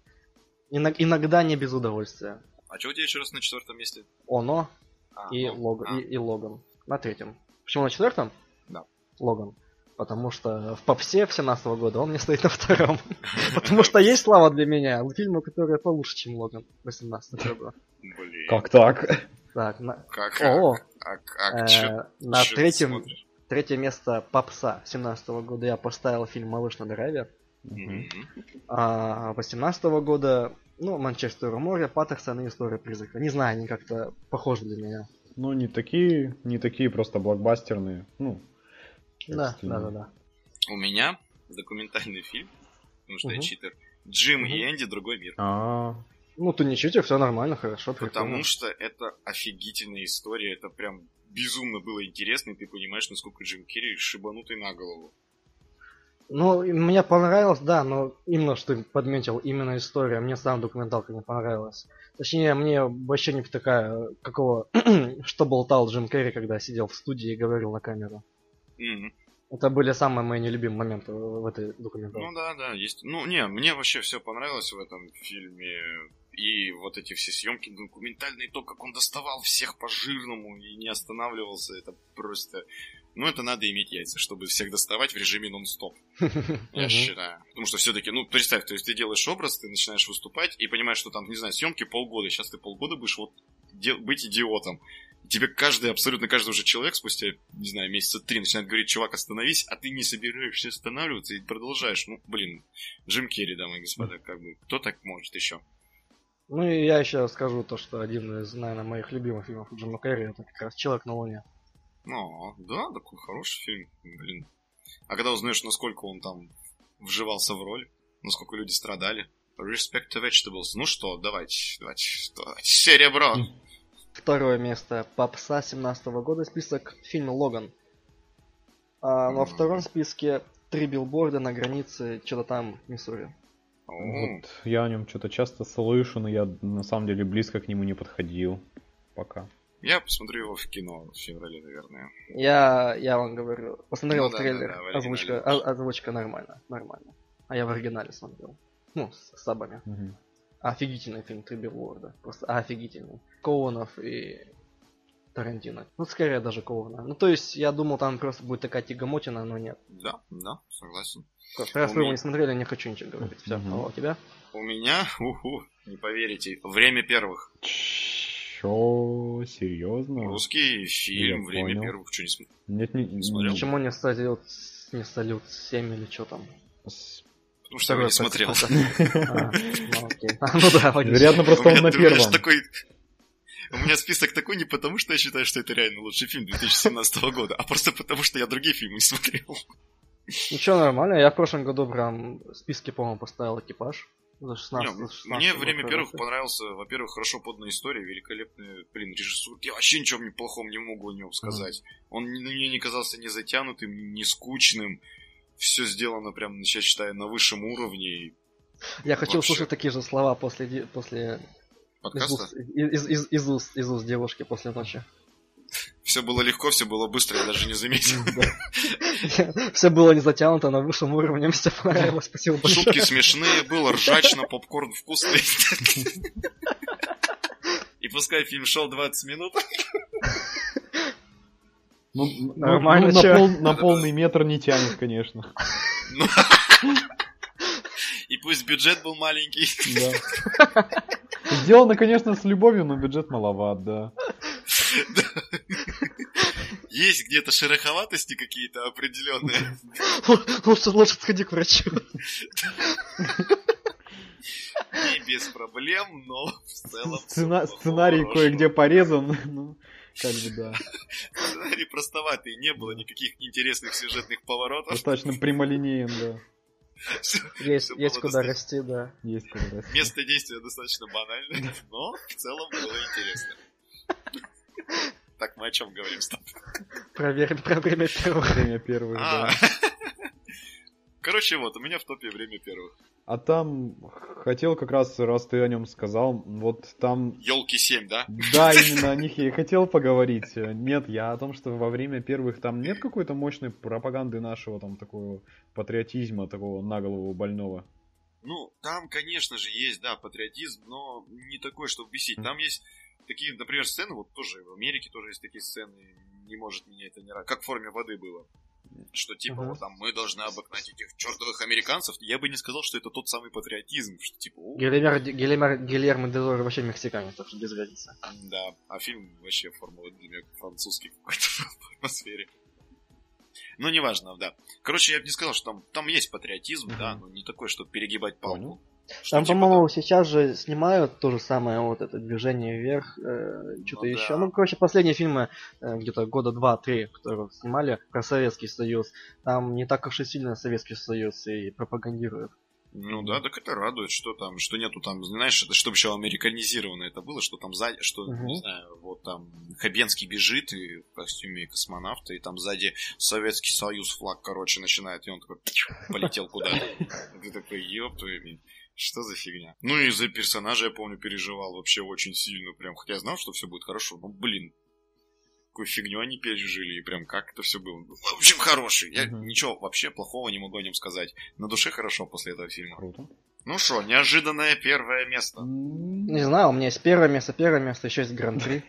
иногда не без удовольствия. А что у тебя еще раз на четвертом месте? Оно а, и, ну, Лог... а. и, и Логан. На третьем. Почему на четвертом? Да. Логан. Потому что в попсе в семнадцатого года он мне стоит на втором. Потому что есть слава для меня. Фильмы, которые получше, чем Логан восемнадцатого года. Блин. Как так? Так, на... Как? О, а, а, э, чё, на чё третьем, третье место попса семнадцатого года я поставил фильм «Малыш на драйве». Mm-hmm. А восемнадцатого года, ну, «Манчестер у моря», «Паттерсон» и «История призрака». Не знаю, они как-то похожи для меня. Ну, не такие, не такие просто блокбастерные, ну... Да, да, да, да. У меня документальный фильм, потому что угу. я читер. Джим угу. и Энди «Другой мир». А-а-а. Ну, ты не читер, все нормально, хорошо, прикольно. Потому что это офигительная история, это прям безумно было интересно, и ты понимаешь, насколько Джим Керри шибанутый на голову. Ну, мне понравилось, да, но именно, что ты подметил, именно история. Мне сам документалка не понравилась. Точнее, мне вообще не такая, какого, что болтал Джим Керри, когда сидел в студии и говорил на камеру. Mm-hmm. Это были самые мои нелюбимые моменты в этой документалке. Ну да, да, есть. Ну, не, мне вообще все понравилось в этом фильме. И вот эти все съемки документальные, то, как он доставал всех по жирному и не останавливался, это просто... Ну, это надо иметь яйца, чтобы всех доставать в режиме нон-стоп. Я считаю. Потому что все-таки, ну, представь, то есть ты делаешь образ, ты начинаешь выступать и понимаешь, что там, не знаю, съемки полгода. Сейчас ты полгода будешь вот быть идиотом. Тебе каждый, абсолютно каждый уже человек спустя, не знаю, месяца три начинает говорить, чувак, остановись, а ты не собираешься останавливаться и продолжаешь. Ну, блин, Джим Керри, дамы и господа, как бы, кто так может еще? Ну, и я еще скажу то, что один из, наверное, моих любимых фильмов Джима Керри, это как раз «Человек на Луне». Ну, да, такой хороший фильм, блин. А когда узнаешь, насколько он там вживался в роль, насколько люди страдали, respect to vegetables, ну что, давайте, давайте, давайте, серебро! Второе место попса семнадцатого года, список фильма «Логан». А во втором списке «Три билборда на границе», что-то там, Миссури. Вот, я о нем что-то часто слышу, но я на самом деле близко к нему не подходил пока. Я посмотрю его в кино в феврале, наверное. Я, я вам говорю, посмотрел Ну да, трейлер, да, да, озвучка, о- озвучка нормально, нормально. А я в оригинале смотрел. Ну, с сабами. Мгм. Офигительный фильм «Три билборда». Просто офигительный. Коунов и Тарантино. Ну, скорее даже Коуна. Ну, то есть, я думал, там просто будет такая тягомотина, но нет. Да, да, согласен. Просто раз У вы его меня- не смотрели, не хочу ничего говорить. Все, Мгм. а у тебя? У меня, уху, не поверите, «Время первых». Чё? Серьезно? Русский фильм Я «Время понял. первых». Что, не см- Нет, не, не Смотрел? Почему не салют, не салют семь или что там? С- Потому что я его не смотрел. А, ну окей. А, ну да, логично. Вероятно, просто У он меня- на у меня ж первом. такой... У меня список такой не потому, что я считаю, что это реально лучший фильм две тысячи семнадцатого года, а просто потому, что я другие фильмы не смотрел. Ничего, нормально. Я в прошлом году прям в списке, по-моему, поставил «Экипаж». За шестнадцать, Не, за шестнадцать мне год «Время первых» хороший. понравился, во-первых, хорошо поданная история, великолепная, блин, режиссура. Я вообще ничего мне плохого не могу о нем сказать. Он ни- мне не казался ни затянутым, ни скучным. Все сделано прям, я считаю, на высшем уровне. Я хочу Вообще. услышать такие же слова после, ди- после из, Подкаста. уст, из, из, из уст, из уст девушки после ночи. Все было легко, все было быстро, я даже не заметил. Все было не затянуто на высшем уровне, мне все понравилось, спасибо большое. Шутки смешные, было ржачно, попкорн вкусный. И пускай фильм шел двадцать минут. Ну, ну, Нормально, ну, на, чё? пол- на полный метр не тянет, конечно. Ну, И пусть бюджет был маленький. Да. Сделано, конечно, с любовью, но бюджет маловат, да. Есть где-то шероховатости какие-то определенные. Лучше, лучше сходи к врачу. Не без проблем, но в целом... Сцена- всё было сценарий хорошо. кое-где порезан, ну, как бы да. Сценарий простоватый, не было никаких интересных сюжетных поворотов. Достаточно прямолинеен, да. Есть, Всё есть было куда достаточно- расти, да. Есть куда расти. Место действия достаточно банальное, но в целом было интересно. Так, мы о чем говорим? Стоп. Проверим про время первых. Время первых, А. да. Короче, вот, у меня в топе «Время первых». А там хотел как раз, раз ты о нем сказал, вот там... Елки семь, да? Да, именно о них я и хотел поговорить. Нет, я о том, что во время первых там нет какой-то мощной пропаганды нашего там такого патриотизма, такого на голову больного. Ну, там, конечно же, есть, да, патриотизм, но не такой, чтобы бесить. Там есть такие, например, сцены, вот тоже в Америке тоже есть такие сцены, не может меня это не радовать. Как в «Форме воды» было. Что типа, Ага. вот там мы должны обогнать этих чертовых американцев. Я бы не сказал, что это тот самый патриотизм, что типа, о, Гильермо, Гильермо, Гильермо дель Торо вообще мексиканец, так что без разницы. да, а фильм вообще «Форма воды» для меня французский какой-то в атмосфере. Ну, неважно, да. Короче, я бы не сказал, что там, там есть патриотизм, Мгм. да, но не такой, что перегибать палку. Понял. Что, Там, типа, по-моему, сейчас же снимают то же самое, вот это движение вверх, э, что-то Ну еще. да. Ну, короче, последние фильмы, э, где-то года два-три, которые снимали про Советский Союз, там не так уж и сильно Советский Союз и пропагандируют. Ну да, так это радует, что там, что нету там, знаешь, это чтобы еще американизировано это было, что там сзади, что, Мгм. не знаю, вот там Хабенский бежит и в костюме космонавта, и там сзади Советский Союз флаг, короче, начинает, и он такой полетел куда-то. И ты такой, ёб твою мать, что за фигня? Ну и за персонажа, я помню, переживал вообще очень сильно, прям, хотя я знал, что все будет хорошо, но, блин, какую фигню они пережили, и прям как это все было. В общем, хороший. Я Мгм. ничего вообще плохого не могу о нем сказать. На душе хорошо после этого фильма. Круто. Ну что, неожиданное первое место. Не знаю, у меня есть первое место, первое место, еще есть Гран-при.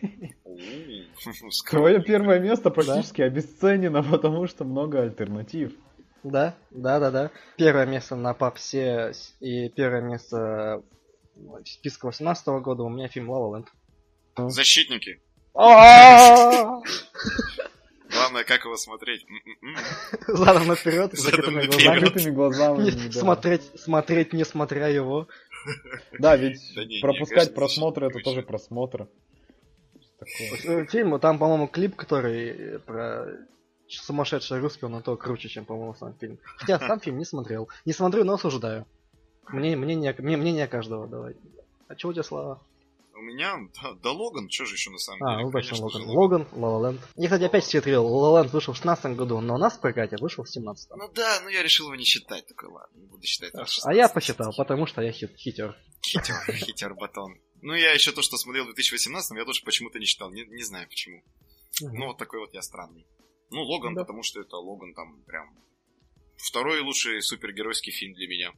Твое первое место практически обесценено, потому что много альтернатив. Да, да, да, да. Первое место на попсе и первое место в списке восемнадцатого года у меня фильм «Ла Ла Ленд». Защитники. А-а-а! Главное, как его смотреть. М-м-м. Задом наперед, с Задом закрытыми наперед. глазами. Закрытыми глазами. Не, да. Смотреть, смотреть, не смотря его. Да, ведь Да не, не, пропускать конечно, просмотр это зачем? тоже просмотр. Такое. Э, Фильм, там, по-моему, клип, который про сумасшедший русский, он на то круче, чем, по-моему, сам фильм. Хотя сам фильм не смотрел. Не смотрю, но осуждаю. Мне, мнение, мне, мнение каждого давай. А чего у тебя слова? У меня, да, да Логан, что же еще на самом А, деле? ну точно, Конечно Логан. же, Логан, Ла Ла Ленд. Я, кстати, опять схитрил. Ла Ла Ленд вышел в шестнадцатом году, но у нас в прокате вышел в семнадцатом. Ну да, ну я решил его не считать, такой ладно, не буду считать. А я посчитал, потому что я хит, хитер. Хитер, хитер батон. Ну, я еще то, что смотрел в две тысячи восемнадцатом, я тоже почему-то не читал. Не, не знаю почему. Mm-hmm. Ну, вот такой вот я странный. Ну, Логан, да. Потому что это Логан там прям... Второй лучший супергеройский фильм для меня.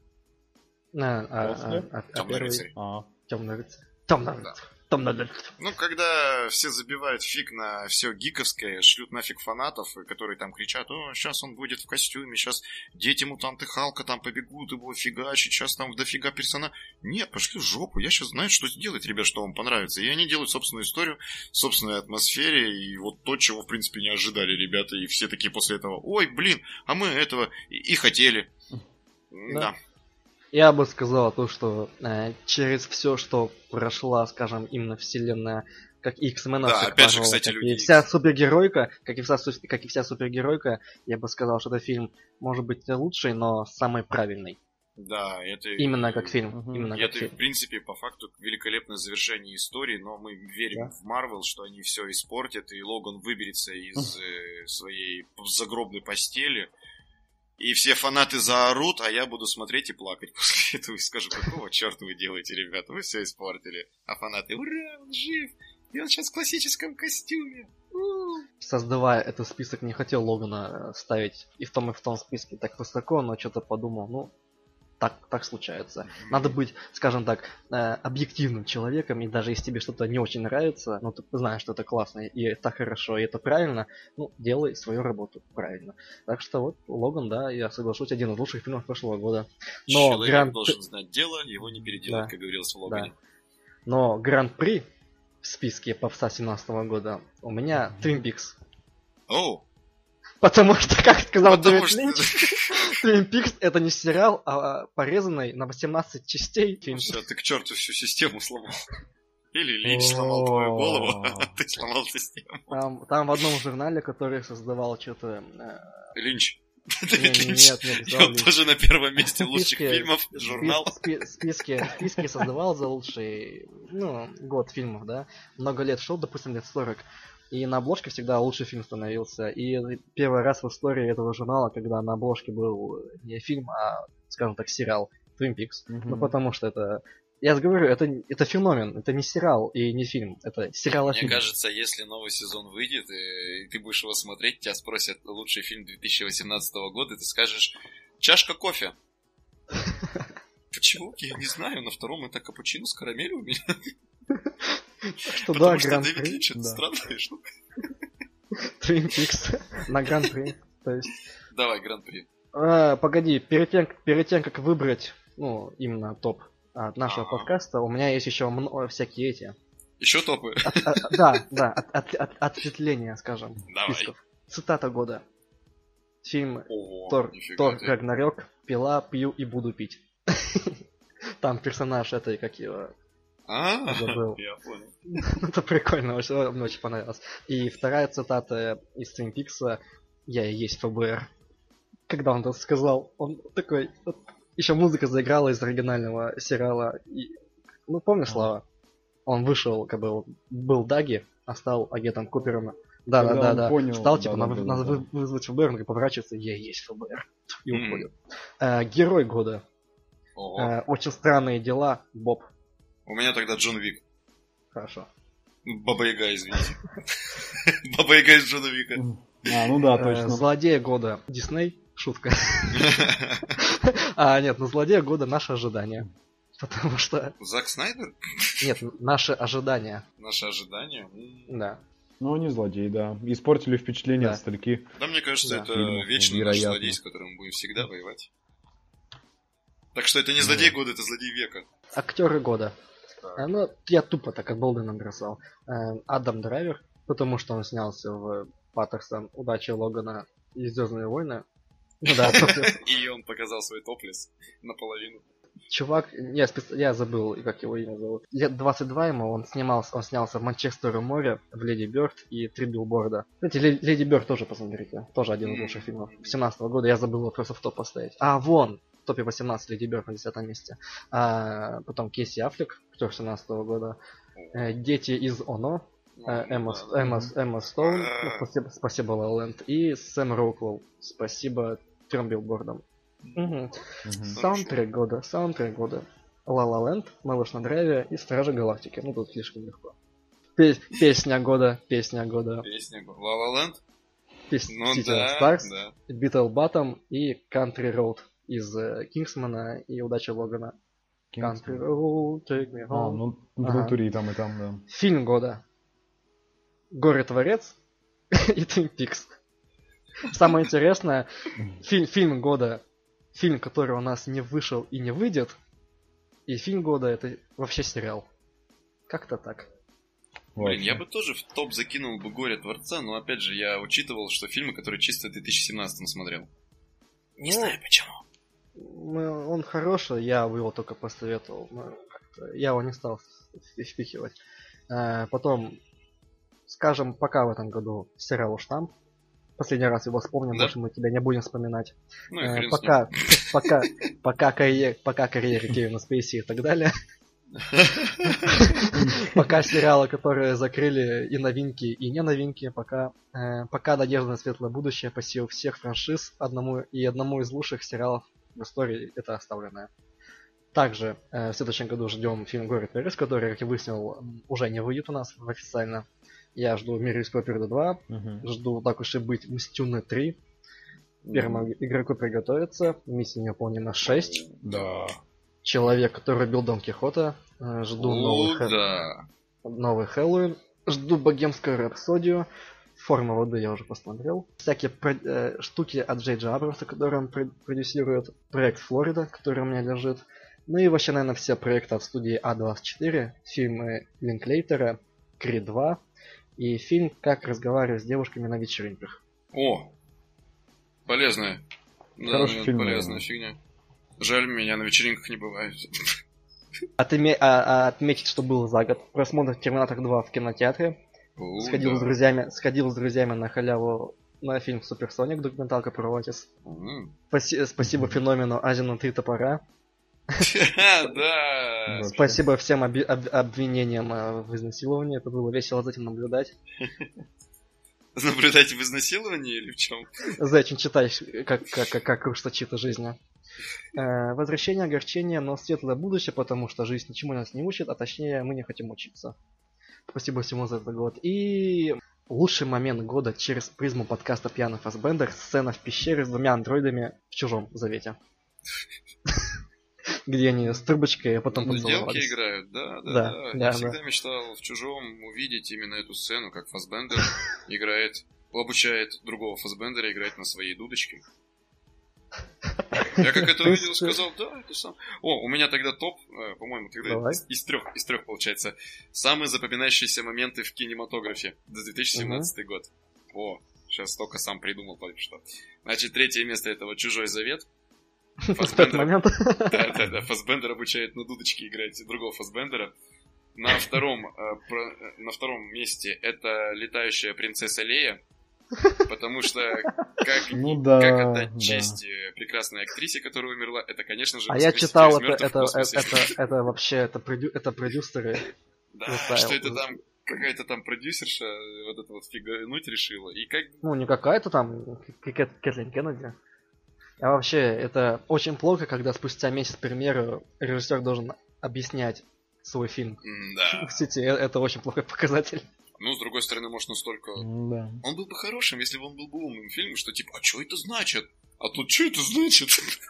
А, а, а, а, Темный рыцарь. А. Темный рыцарь. Темный рыцарь. Темный рыцарь. Ну, когда все забивают фиг на все гиковское, шлют нафиг фанатов, которые там кричат, о, сейчас он будет в костюме, сейчас дети-мутанты Халка там побегут, и будет фигачить, сейчас там дофига персонажей. Нет, пошли в жопу, я сейчас знаю, что сделать, ребят, что вам понравится. И они делают собственную историю, в собственной атмосфере, и вот то, чего, в принципе, не ожидали ребята, и все такие после этого, ой, блин, а мы этого и, и хотели. Да. да. Я бы сказал то, что э, через все, что прошла, скажем, именно вселенная, как X-Men, да, опять же, кстати, как люди и вся супергеройка, как и вся, как и вся супергеройка, я бы сказал, что этот фильм может быть не лучший, но самый правильный. Да, это... Именно как фильм. Угу. Именно это, как фильм. в принципе, по факту, великолепное завершение истории, но мы верим да. в Марвел, что они все испортят, и Логан выберется из э, своей загробной постели, и все фанаты заорут, а я буду смотреть и плакать после этого и скажу, какого черта вы делаете, ребята, вы все испортили. А фанаты, ура, он жив, и он сейчас в классическом костюме. У-у-у. Создавая этот список, не хотел Логана ставить и в том, и в том списке так высоко, но что-то подумал, ну, так, так случается. Надо быть, скажем так, э, объективным человеком, и даже если тебе что-то не очень нравится, но ты знаешь, что это классно, и это хорошо, и это правильно, ну, делай свою работу правильно. Так что вот, Логан, да, я соглашусь, один из лучших фильмов прошлого года. Но Человек Гран... должен знать дело, его не переделать, да, как говорилось в Логане. Да. Но Гран-при в списке попса семнадцатого года у меня Twin Peaks. Оу! Потому что, как сказал Потому Дэвид что... Линч, Twin Peaks это не сериал, а порезанный на восемнадцать частей фильм. Все, ты к черту всю систему сломал. Или Линч сломал твою голову, а ты сломал систему. Там, там в одном журнале, который создавал что-то... Линч. Нет, нет, нет. Он тоже на первом месте лучших фильмов, журнал. Списки создавал за лучший, ну, год фильмов, да. Много лет шел, допустим, лет сорок. И на обложке всегда лучший фильм становился. И первый раз в истории этого журнала, когда на обложке был не фильм, а, скажем так, сериал Twin Peaks. Mm-hmm. Ну, потому что это... Я же говорю, это, это феномен. Это не сериал и не фильм. Это сериал о Мне фильме. кажется, если новый сезон выйдет, и ты будешь его смотреть, тебя спросят лучший фильм две тысячи восемнадцатого года, и ты скажешь «Чашка кофе». Почему? Я не знаю. На втором это капучино с карамелью у меня. Что Потому да, что Гран-при. Дэвид Линч, это странная штука. Twin Peaks на Гран-при. То есть... Давай, Гран-при. А, погоди, перед тем, перед тем, как выбрать, ну, именно топ от нашего А-а-а. подкаста, у меня есть еще много, всякие эти... Еще топы? От, от, да, да, от, от, от, ответвления, скажем, Давай. списков. Цитата года. Фильм О, Тор, Тор ты. Рагнарёк, пила, пью и буду пить. Там персонаж этой, как его... А, забыл. я понял. Это прикольно, мне очень понравилось. И вторая цитата из Twin Peaks: «Я и есть ФБР». Когда он это сказал, он такой... Вот, еще музыка заиграла из оригинального сериала. И, ну, помнишь слова? Он вышел, как бы, был Даги, а стал агентом Купером. Да, да, да, да. Понял, стал, типа, да, надо, да, надо да. вызвать ФБР, он поворачивается, я и есть ФБР. И mm. уходит. А, герой года. А, очень странные дела, Боб. У меня тогда Джон Вик. Хорошо. Баба Яга, извините. Баба Яга из Джона Вика. А, ну да, точно. Злодея года Дисней. Шутка. А, нет, ну злодея года наше ожидание. Потому что... Зак Снайдер? Нет, наши ожидания. Наши ожидания? Да. Ну, они злодеи, да. Испортили впечатление да. от стольки. Да, мне кажется, да. это фильмов, вечный наш злодей, с которым мы будем всегда воевать. Так что это не злодей да. года, это злодей века. Актеры года. А, ну, я тупо так от балды набросал. Адам Драйвер, потому что он снялся в Паттерсон «Удачи Логана» и «Звездные войны». Ну да, и он показал свой топлес наполовину. Чувак, я, специ... я забыл, как его имя зовут. Лет двадцать два ему, он снимался, он снялся в «Манчестер у моря», в «Леди Бёрд» и «Три билборда». Кстати, «Леди Бёрд» тоже посмотрите. Тоже один из лучших фильмов семнадцатого года. Я забыл его просто в топ поставить. А, вон! В топе восемнадцать «Леди Бёрд» на десятом месте. А, потом Кейси Аффлек, актер семнадцатого года. А, «Дети из Оно». Эмма, Эмма, Эмма Стоун, ну, спасибо, спасибо Ла Ла Ленд, и Сэм Роуквелл, спасибо трем билбордам. Угу. Угу. Саундтрек года, саундтрек года. Ла Ла Ленд, Малыш на драйве и Стражи Галактики. Ну, тут слишком легко. Пес- песня года, песня года. Песня Ла Ла Ленд? Пес- Ну City да, of Stars, да. Beetle Bottom и Country Road из э, Кингсмана и Удачи Логана. Country Road, take me А, home. ну, Ага. был тури там и там, да. Фильм года. Горе-творец и Твин Пикс. Самое интересное, фильм, фильм года, фильм, который у нас не вышел и не выйдет, и фильм года это вообще сериал. Как-то так. Блин, я бы тоже в топ закинул бы «Горе Творца», но опять же, я учитывал, что фильмы, которые чисто в две тысячи семнадцатом смотрел. Не Ну, знаю почему. Ну, он хороший, я его только посоветовал. Но как-то я его не стал впихивать. Э, потом, скажем, пока в этом году сериал «Штамп». Последний раз его вспомним, Да? больше мы тебя не будем вспоминать. Ну и Э, хрен с ним. пока, пока, пока, карьер, пока карьера Кевина Спейси и так далее. Пока сериалы, которые закрыли и новинки, и не новинки, пока, э, пока надежда на светлое будущее посеял всех франшиз, одному и одному из лучших сериалов в истории это «Оставленное». Также э, в следующем году ждем фильм «Горе Творец», который, как я выяснил, м, уже не выйдет у нас официально. Я жду «Мир из Скорпиона два», Мгм. жду, так уж и быть, «Мстюны три», первому игроку приготовиться, миссия невыполнима шесть, Да. Человек, который убил Дон Кихота, э, жду новый, О, Хэ- да. новый Хэллоуин, жду Богемскую рапсодию, Форма воды я уже посмотрел, всякие про- э, штуки от Джей Джей Абрамса, которые он про- продюсирует, проект Флорида, который у меня лежит, ну и вообще, наверное, все проекты от студии А двадцать четыре, фильмы Линклейтера, Крид два и фильм «Как разговаривать с девушками на вечеринках». О, полезная. Да, Хороший ну, фильм, полезная наверное. фигня. Жаль, меня на вечеринках не бывает. Отме- а- а отметить, что был за год просмотр «Терминатор два» в кинотеатре. О, Сходил да. с друзьями, сходил с друзьями на халяву на фильм «Суперсоник», документалка про Отис. М. Спаси- спасибо феномену Азину три топора. Да. Да. Спасибо всем оби- об- обвинениям э, в изнасиловании. Это было весело за этим наблюдать. Наблюдать в изнасиловании или в чем? За этим читаешь, как, как, как, как рушатся чьи-то жизни. Э, Возвращение, огорчение, но светлое будущее, потому что жизнь ничему нас не учит, а точнее мы не хотим учиться. Спасибо всему за этот год. И лучший момент года через призму подкаста «Пьяный Фассбендер» — сцена в пещере с двумя андроидами в «Чужом завете». Где они с трубочкой, а потом Ну, Делки поцеловались. играют, да, да, Да, да. да, Я да. всегда мечтал в «Чужом» увидеть именно эту сцену, как Фассбендер играет, обучает другого Фассбендера играть на своей дудочке. Я как это То есть, увидел, сказал, да, это сам. О, у меня тогда топ, э, по-моему, тогда Давай. из, из трех, из трех получается. Самые запоминающиеся моменты в кинематографе за две тысячи семнадцатый год. О, сейчас только сам придумал только что. Значит, третье место этого «Чужой завет». В тот Фассбендер, момент. да, да, да, Фассбендер обучает на дудочке играть другого Фассбендера. На втором, э, про- э, на втором месте это летающая принцесса Лея. Потому что как, Ну да, как отдать да. честь э, прекрасной актрисе, которая умерла, это, конечно же, А я воскресить читал из это, мертвых это, в это, космосе. это, это вообще, это, продю- это продюсеры. Да, представил. что это там, какая-то там продюсерша вот это вот фигануть решила. И как... Ну, не какая-то там К- Кэт- Кэтлин Кеннеди. А вообще, это очень плохо, когда спустя месяц премьеры режиссер должен объяснять свой фильм М-да. в сети. Э- Это очень плохой показатель. Ну, с другой стороны, может, настолько... Да. Он был бы хорошим, если бы он был бы умным фильмом, что типа, а что это значит? А тут что это значит?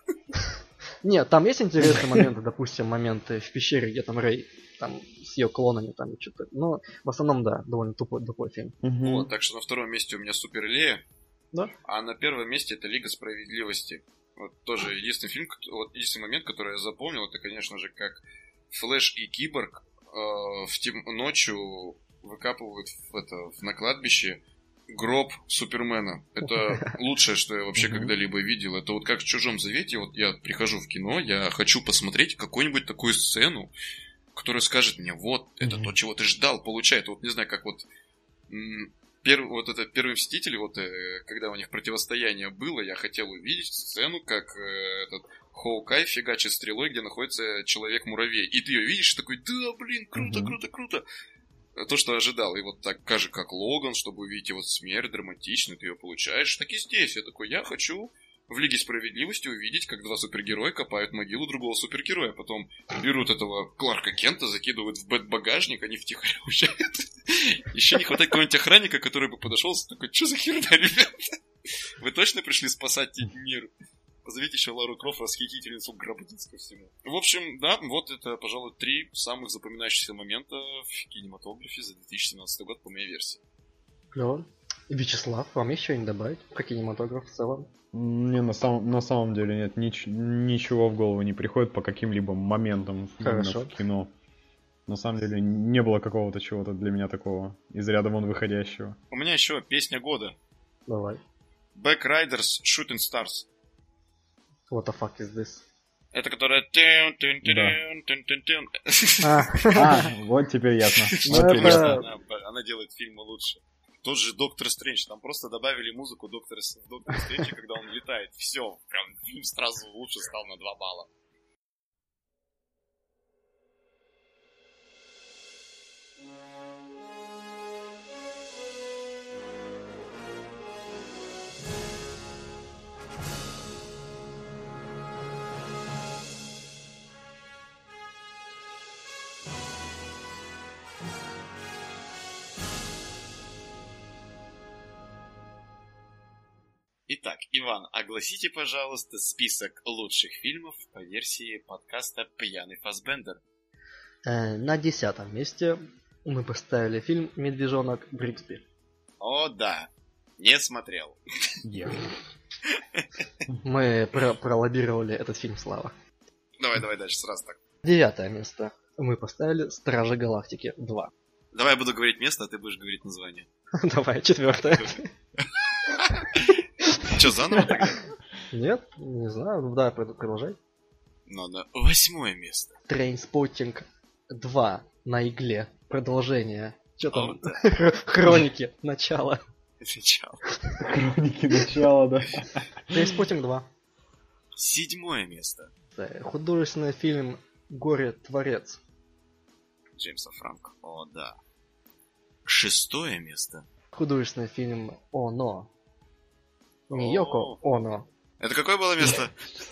Нет, там есть интересные моменты, допустим, моменты в пещере, где там Рэй, там с ее клонами, там что-то. Но в основном, да, довольно тупой, тупой фильм. Мгм. Вот, так что на втором месте у меня Супер Лея, Да? а на первом месте это Лига Справедливости. Вот тоже единственный фильм, кот- вот единственный момент, который я запомнил, это, конечно же, как Флэш и Киборг э, в тем... ночью выкапывают в это, в- на кладбище гроб Супермена. Это лучшее, что я вообще Мгм. когда-либо видел. Это вот как в «Чужом завете», вот я прихожу в кино, я хочу посмотреть какую-нибудь такую сцену, которая скажет мне, вот, это Мгм. то, чего ты ждал, получает. Вот не знаю, как вот м, перв- вот это «Первый мститель», вот э, когда у них противостояние было, я хотел увидеть сцену, как э, этот Хоукай фигачит стрелой, где находится Человек-муравей. И ты ее видишь, и такой, да, блин, круто, Мгм. круто, круто. То, что ожидал. И вот так же, как Логан, чтобы увидеть вот смерть драматичную, ты ее получаешь. Так и здесь. Я такой, я хочу в Лиге Справедливости увидеть, как два супергероя копают могилу другого супергероя. Потом берут этого Кларка Кента, закидывают в бэт-багажник, они втихаря уезжают. Еще не хватает какого-нибудь охранника, который бы подошел и такой: что за херня, ребята? Вы точно пришли спасать мир? Позовите еще Лару Крофт, расхитительницу гробниц ко всему. В общем, да, вот это, пожалуй, три самых запоминающихся момента в кинематографе за две тысячи семнадцатый год по моей версии. Клево. Вячеслав, вам еще не добавить про кинематограф в целом? Не, на, сам, на самом деле нет, нич, ничего в голову не приходит по каким-либо моментам в кино. На самом деле не было какого-то чего-то для меня такого из ряда вон выходящего. У меня еще песня года. Давай. Back Riders Shooting Stars. What the fuck is this? Это которая... А, вот теперь ясно. Она делает фильмы лучше. Тот же Доктор Стрэндж. Там просто добавили музыку Доктора Стрэнджа, когда он летает. Все, прям фильм сразу лучше стал на два балла. Итак, Иван, огласите, пожалуйста, список лучших фильмов по версии подкаста «Пьяный Фассбендер». Э, на десятом месте мы поставили фильм «Медвежонок Бриксби». О, да. Не смотрел. Yeah. Мы про- пролоббировали этот фильм, Слава. Давай, давай дальше, сразу так. Девятое место мы поставили «Стражи Галактики два». Давай я буду говорить место, а ты будешь говорить название. Давай, четвертое. Че, заново тогда? Нет, не знаю, давай продолжай. Ну, на восьмое место. Трейнспоттинг два на игле. Продолжение. Че там? О, да. Хроники. Начало. Начало. Хроники начала, да. Трейнспоттинг два. Седьмое место. Художественный фильм «Горе-творец». Джеймса Франко. О, да. Шестое место. Художественный фильм «Оно». Не Йоко Оно. Это какое было место?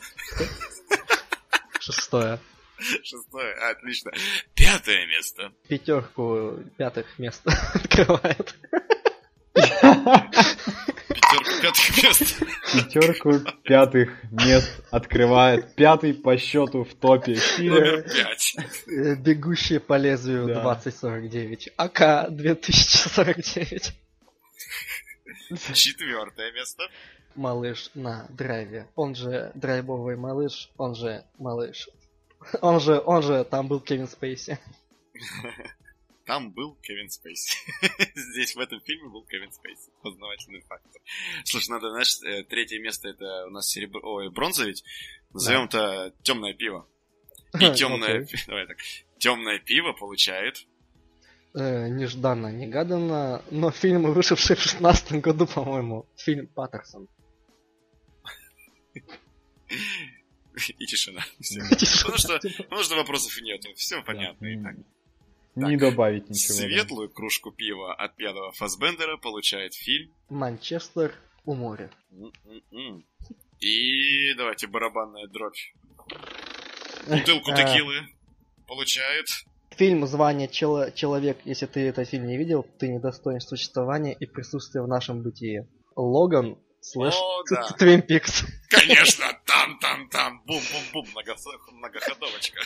Шестое. Шестое, а, отлично. Пятое место. Пятерку пятых мест открывает. Пятерку пятых мест. Пятерку пятых мест открывает пятый по счету в топе Номер пять. «Бегущие по лезвию» Да. двадцать сорок девять. АК две тысячи сорок девять. Четвертое место. Малыш на драйве. Он же драйвовый малыш. Он же малыш. Он же, он же, там был Кевин Спейси. Там был Кевин Спейси. Здесь в этом фильме был Кевин Спейси. Познавательный фактор. Слушай, надо, знаешь, третье место это у нас серебро... Ой, бронза ведь. Назовем-то темное пиво. И темное... Okay. Давай так. Темное пиво получает... Э, нежданно-негаданно, но фильм, вышедший в шестнадцатом году, по-моему, фильм «Паттерсон». И тишина. И тишина. Потому что, потому что вопросов нет. Все понятно. И так. Не Так, добавить ничего. Светлую кружку пива от пьяного Фассбендера получает фильм «Манчестер у моря». М-м-м. И давайте барабанная дробь. Бутылку текилы получает... Фильм «Звание чело- человек», если ты этот фильм не видел, ты недостоин существования и присутствия в нашем бытии. Логан слэш О, да. Твин Пикс. Конечно, там-там-там, бум-бум-бум, многосо- многоходовочка.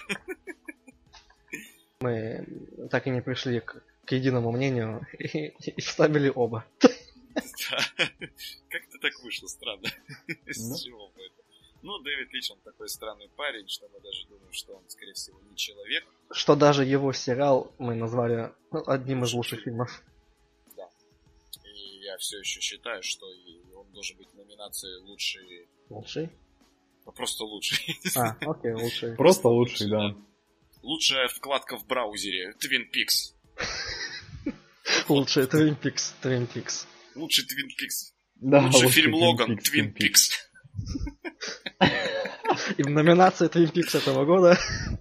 Мы так и не пришли к, к единому мнению и, и вставили оба. Да. Как-то так вышло, странно. С чего бы это? Ну, Дэвид Линч, он такой странный парень, что мы даже думаем, что он, скорее всего, не человек. Что даже его сериал мы назвали ну, одним из лучших фильмов. Да. И я все еще считаю, что и он должен быть в номинации лучший... Лучший? Ну, просто лучший. А, окей, лучший. Просто лучший, да. Лучшая вкладка в браузере. Twin Peaks. Лучший Твин Пикс. Твин Пикс. Лучший Twin Peaks. Да, Лучший лучший фильм Twin Логан. Peaks, Twin Twin Peaks. Peaks. И в номинации Твин Пикс этого года.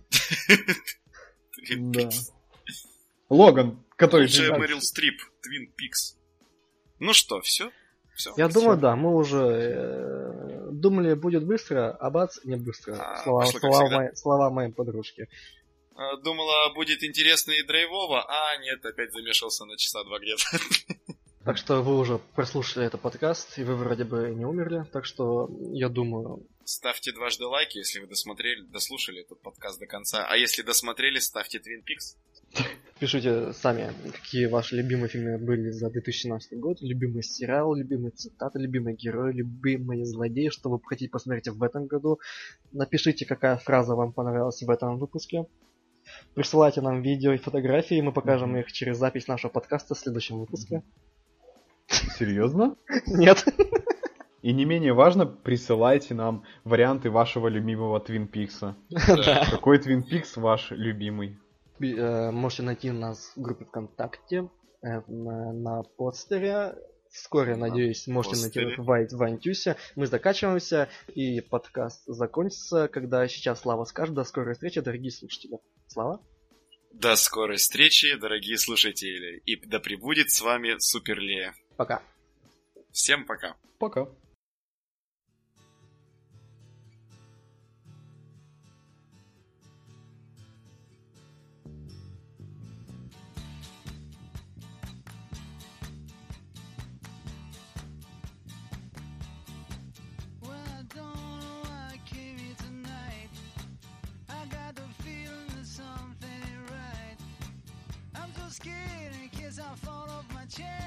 Twin Да. Peaks. Логан, который... Лучшая же- Мэрил Стрип. Twin Peaks. Ну что, все? Все. Я думаю, да, мы уже э, Думали, будет быстро, а бац, не быстро. А, слова, пошло, как слова, всегда. моей, слова моей подружки. А, Думала, будет интересно и драйвово, а нет, опять замешался на часа два где-то. Так что вы уже прослушали этот подкаст, и вы вроде бы не умерли. Так что, я думаю... Ставьте дважды лайки, если вы досмотрели, дослушали этот подкаст до конца. А если досмотрели, ставьте Twin Peaks. Пишите сами, какие ваши любимые фильмы были за две тысячи семнадцатый год, любимый сериал, любимые цитаты, любимые герои, любимые злодеи, что вы хотите посмотреть в этом году. Напишите, какая фраза вам понравилась в этом выпуске. Присылайте нам видео и фотографии, и мы покажем их через запись нашего подкаста в следующем выпуске. Серьезно? Нет. И не менее важно, присылайте нам варианты вашего любимого Твин Пикса. Да. Какой Твин Пикс ваш любимый? Э, Можете найти нас в группе ВКонтакте, э, на, на постере. Вскоре, На надеюсь, можете постере. найти в, в, в iTunes. Мы заканчиваемся, и подкаст закончится, когда сейчас Слава скажет. До скорой встречи, дорогие слушатели. Слава? До скорой встречи, дорогие слушатели. И да пребудет с вами Суперлея. Пока. Всем пока. Пока. Well, I don't know why I came here tonight. I got the feeling that something ain't right. I'm so scared in case I fall off my chair.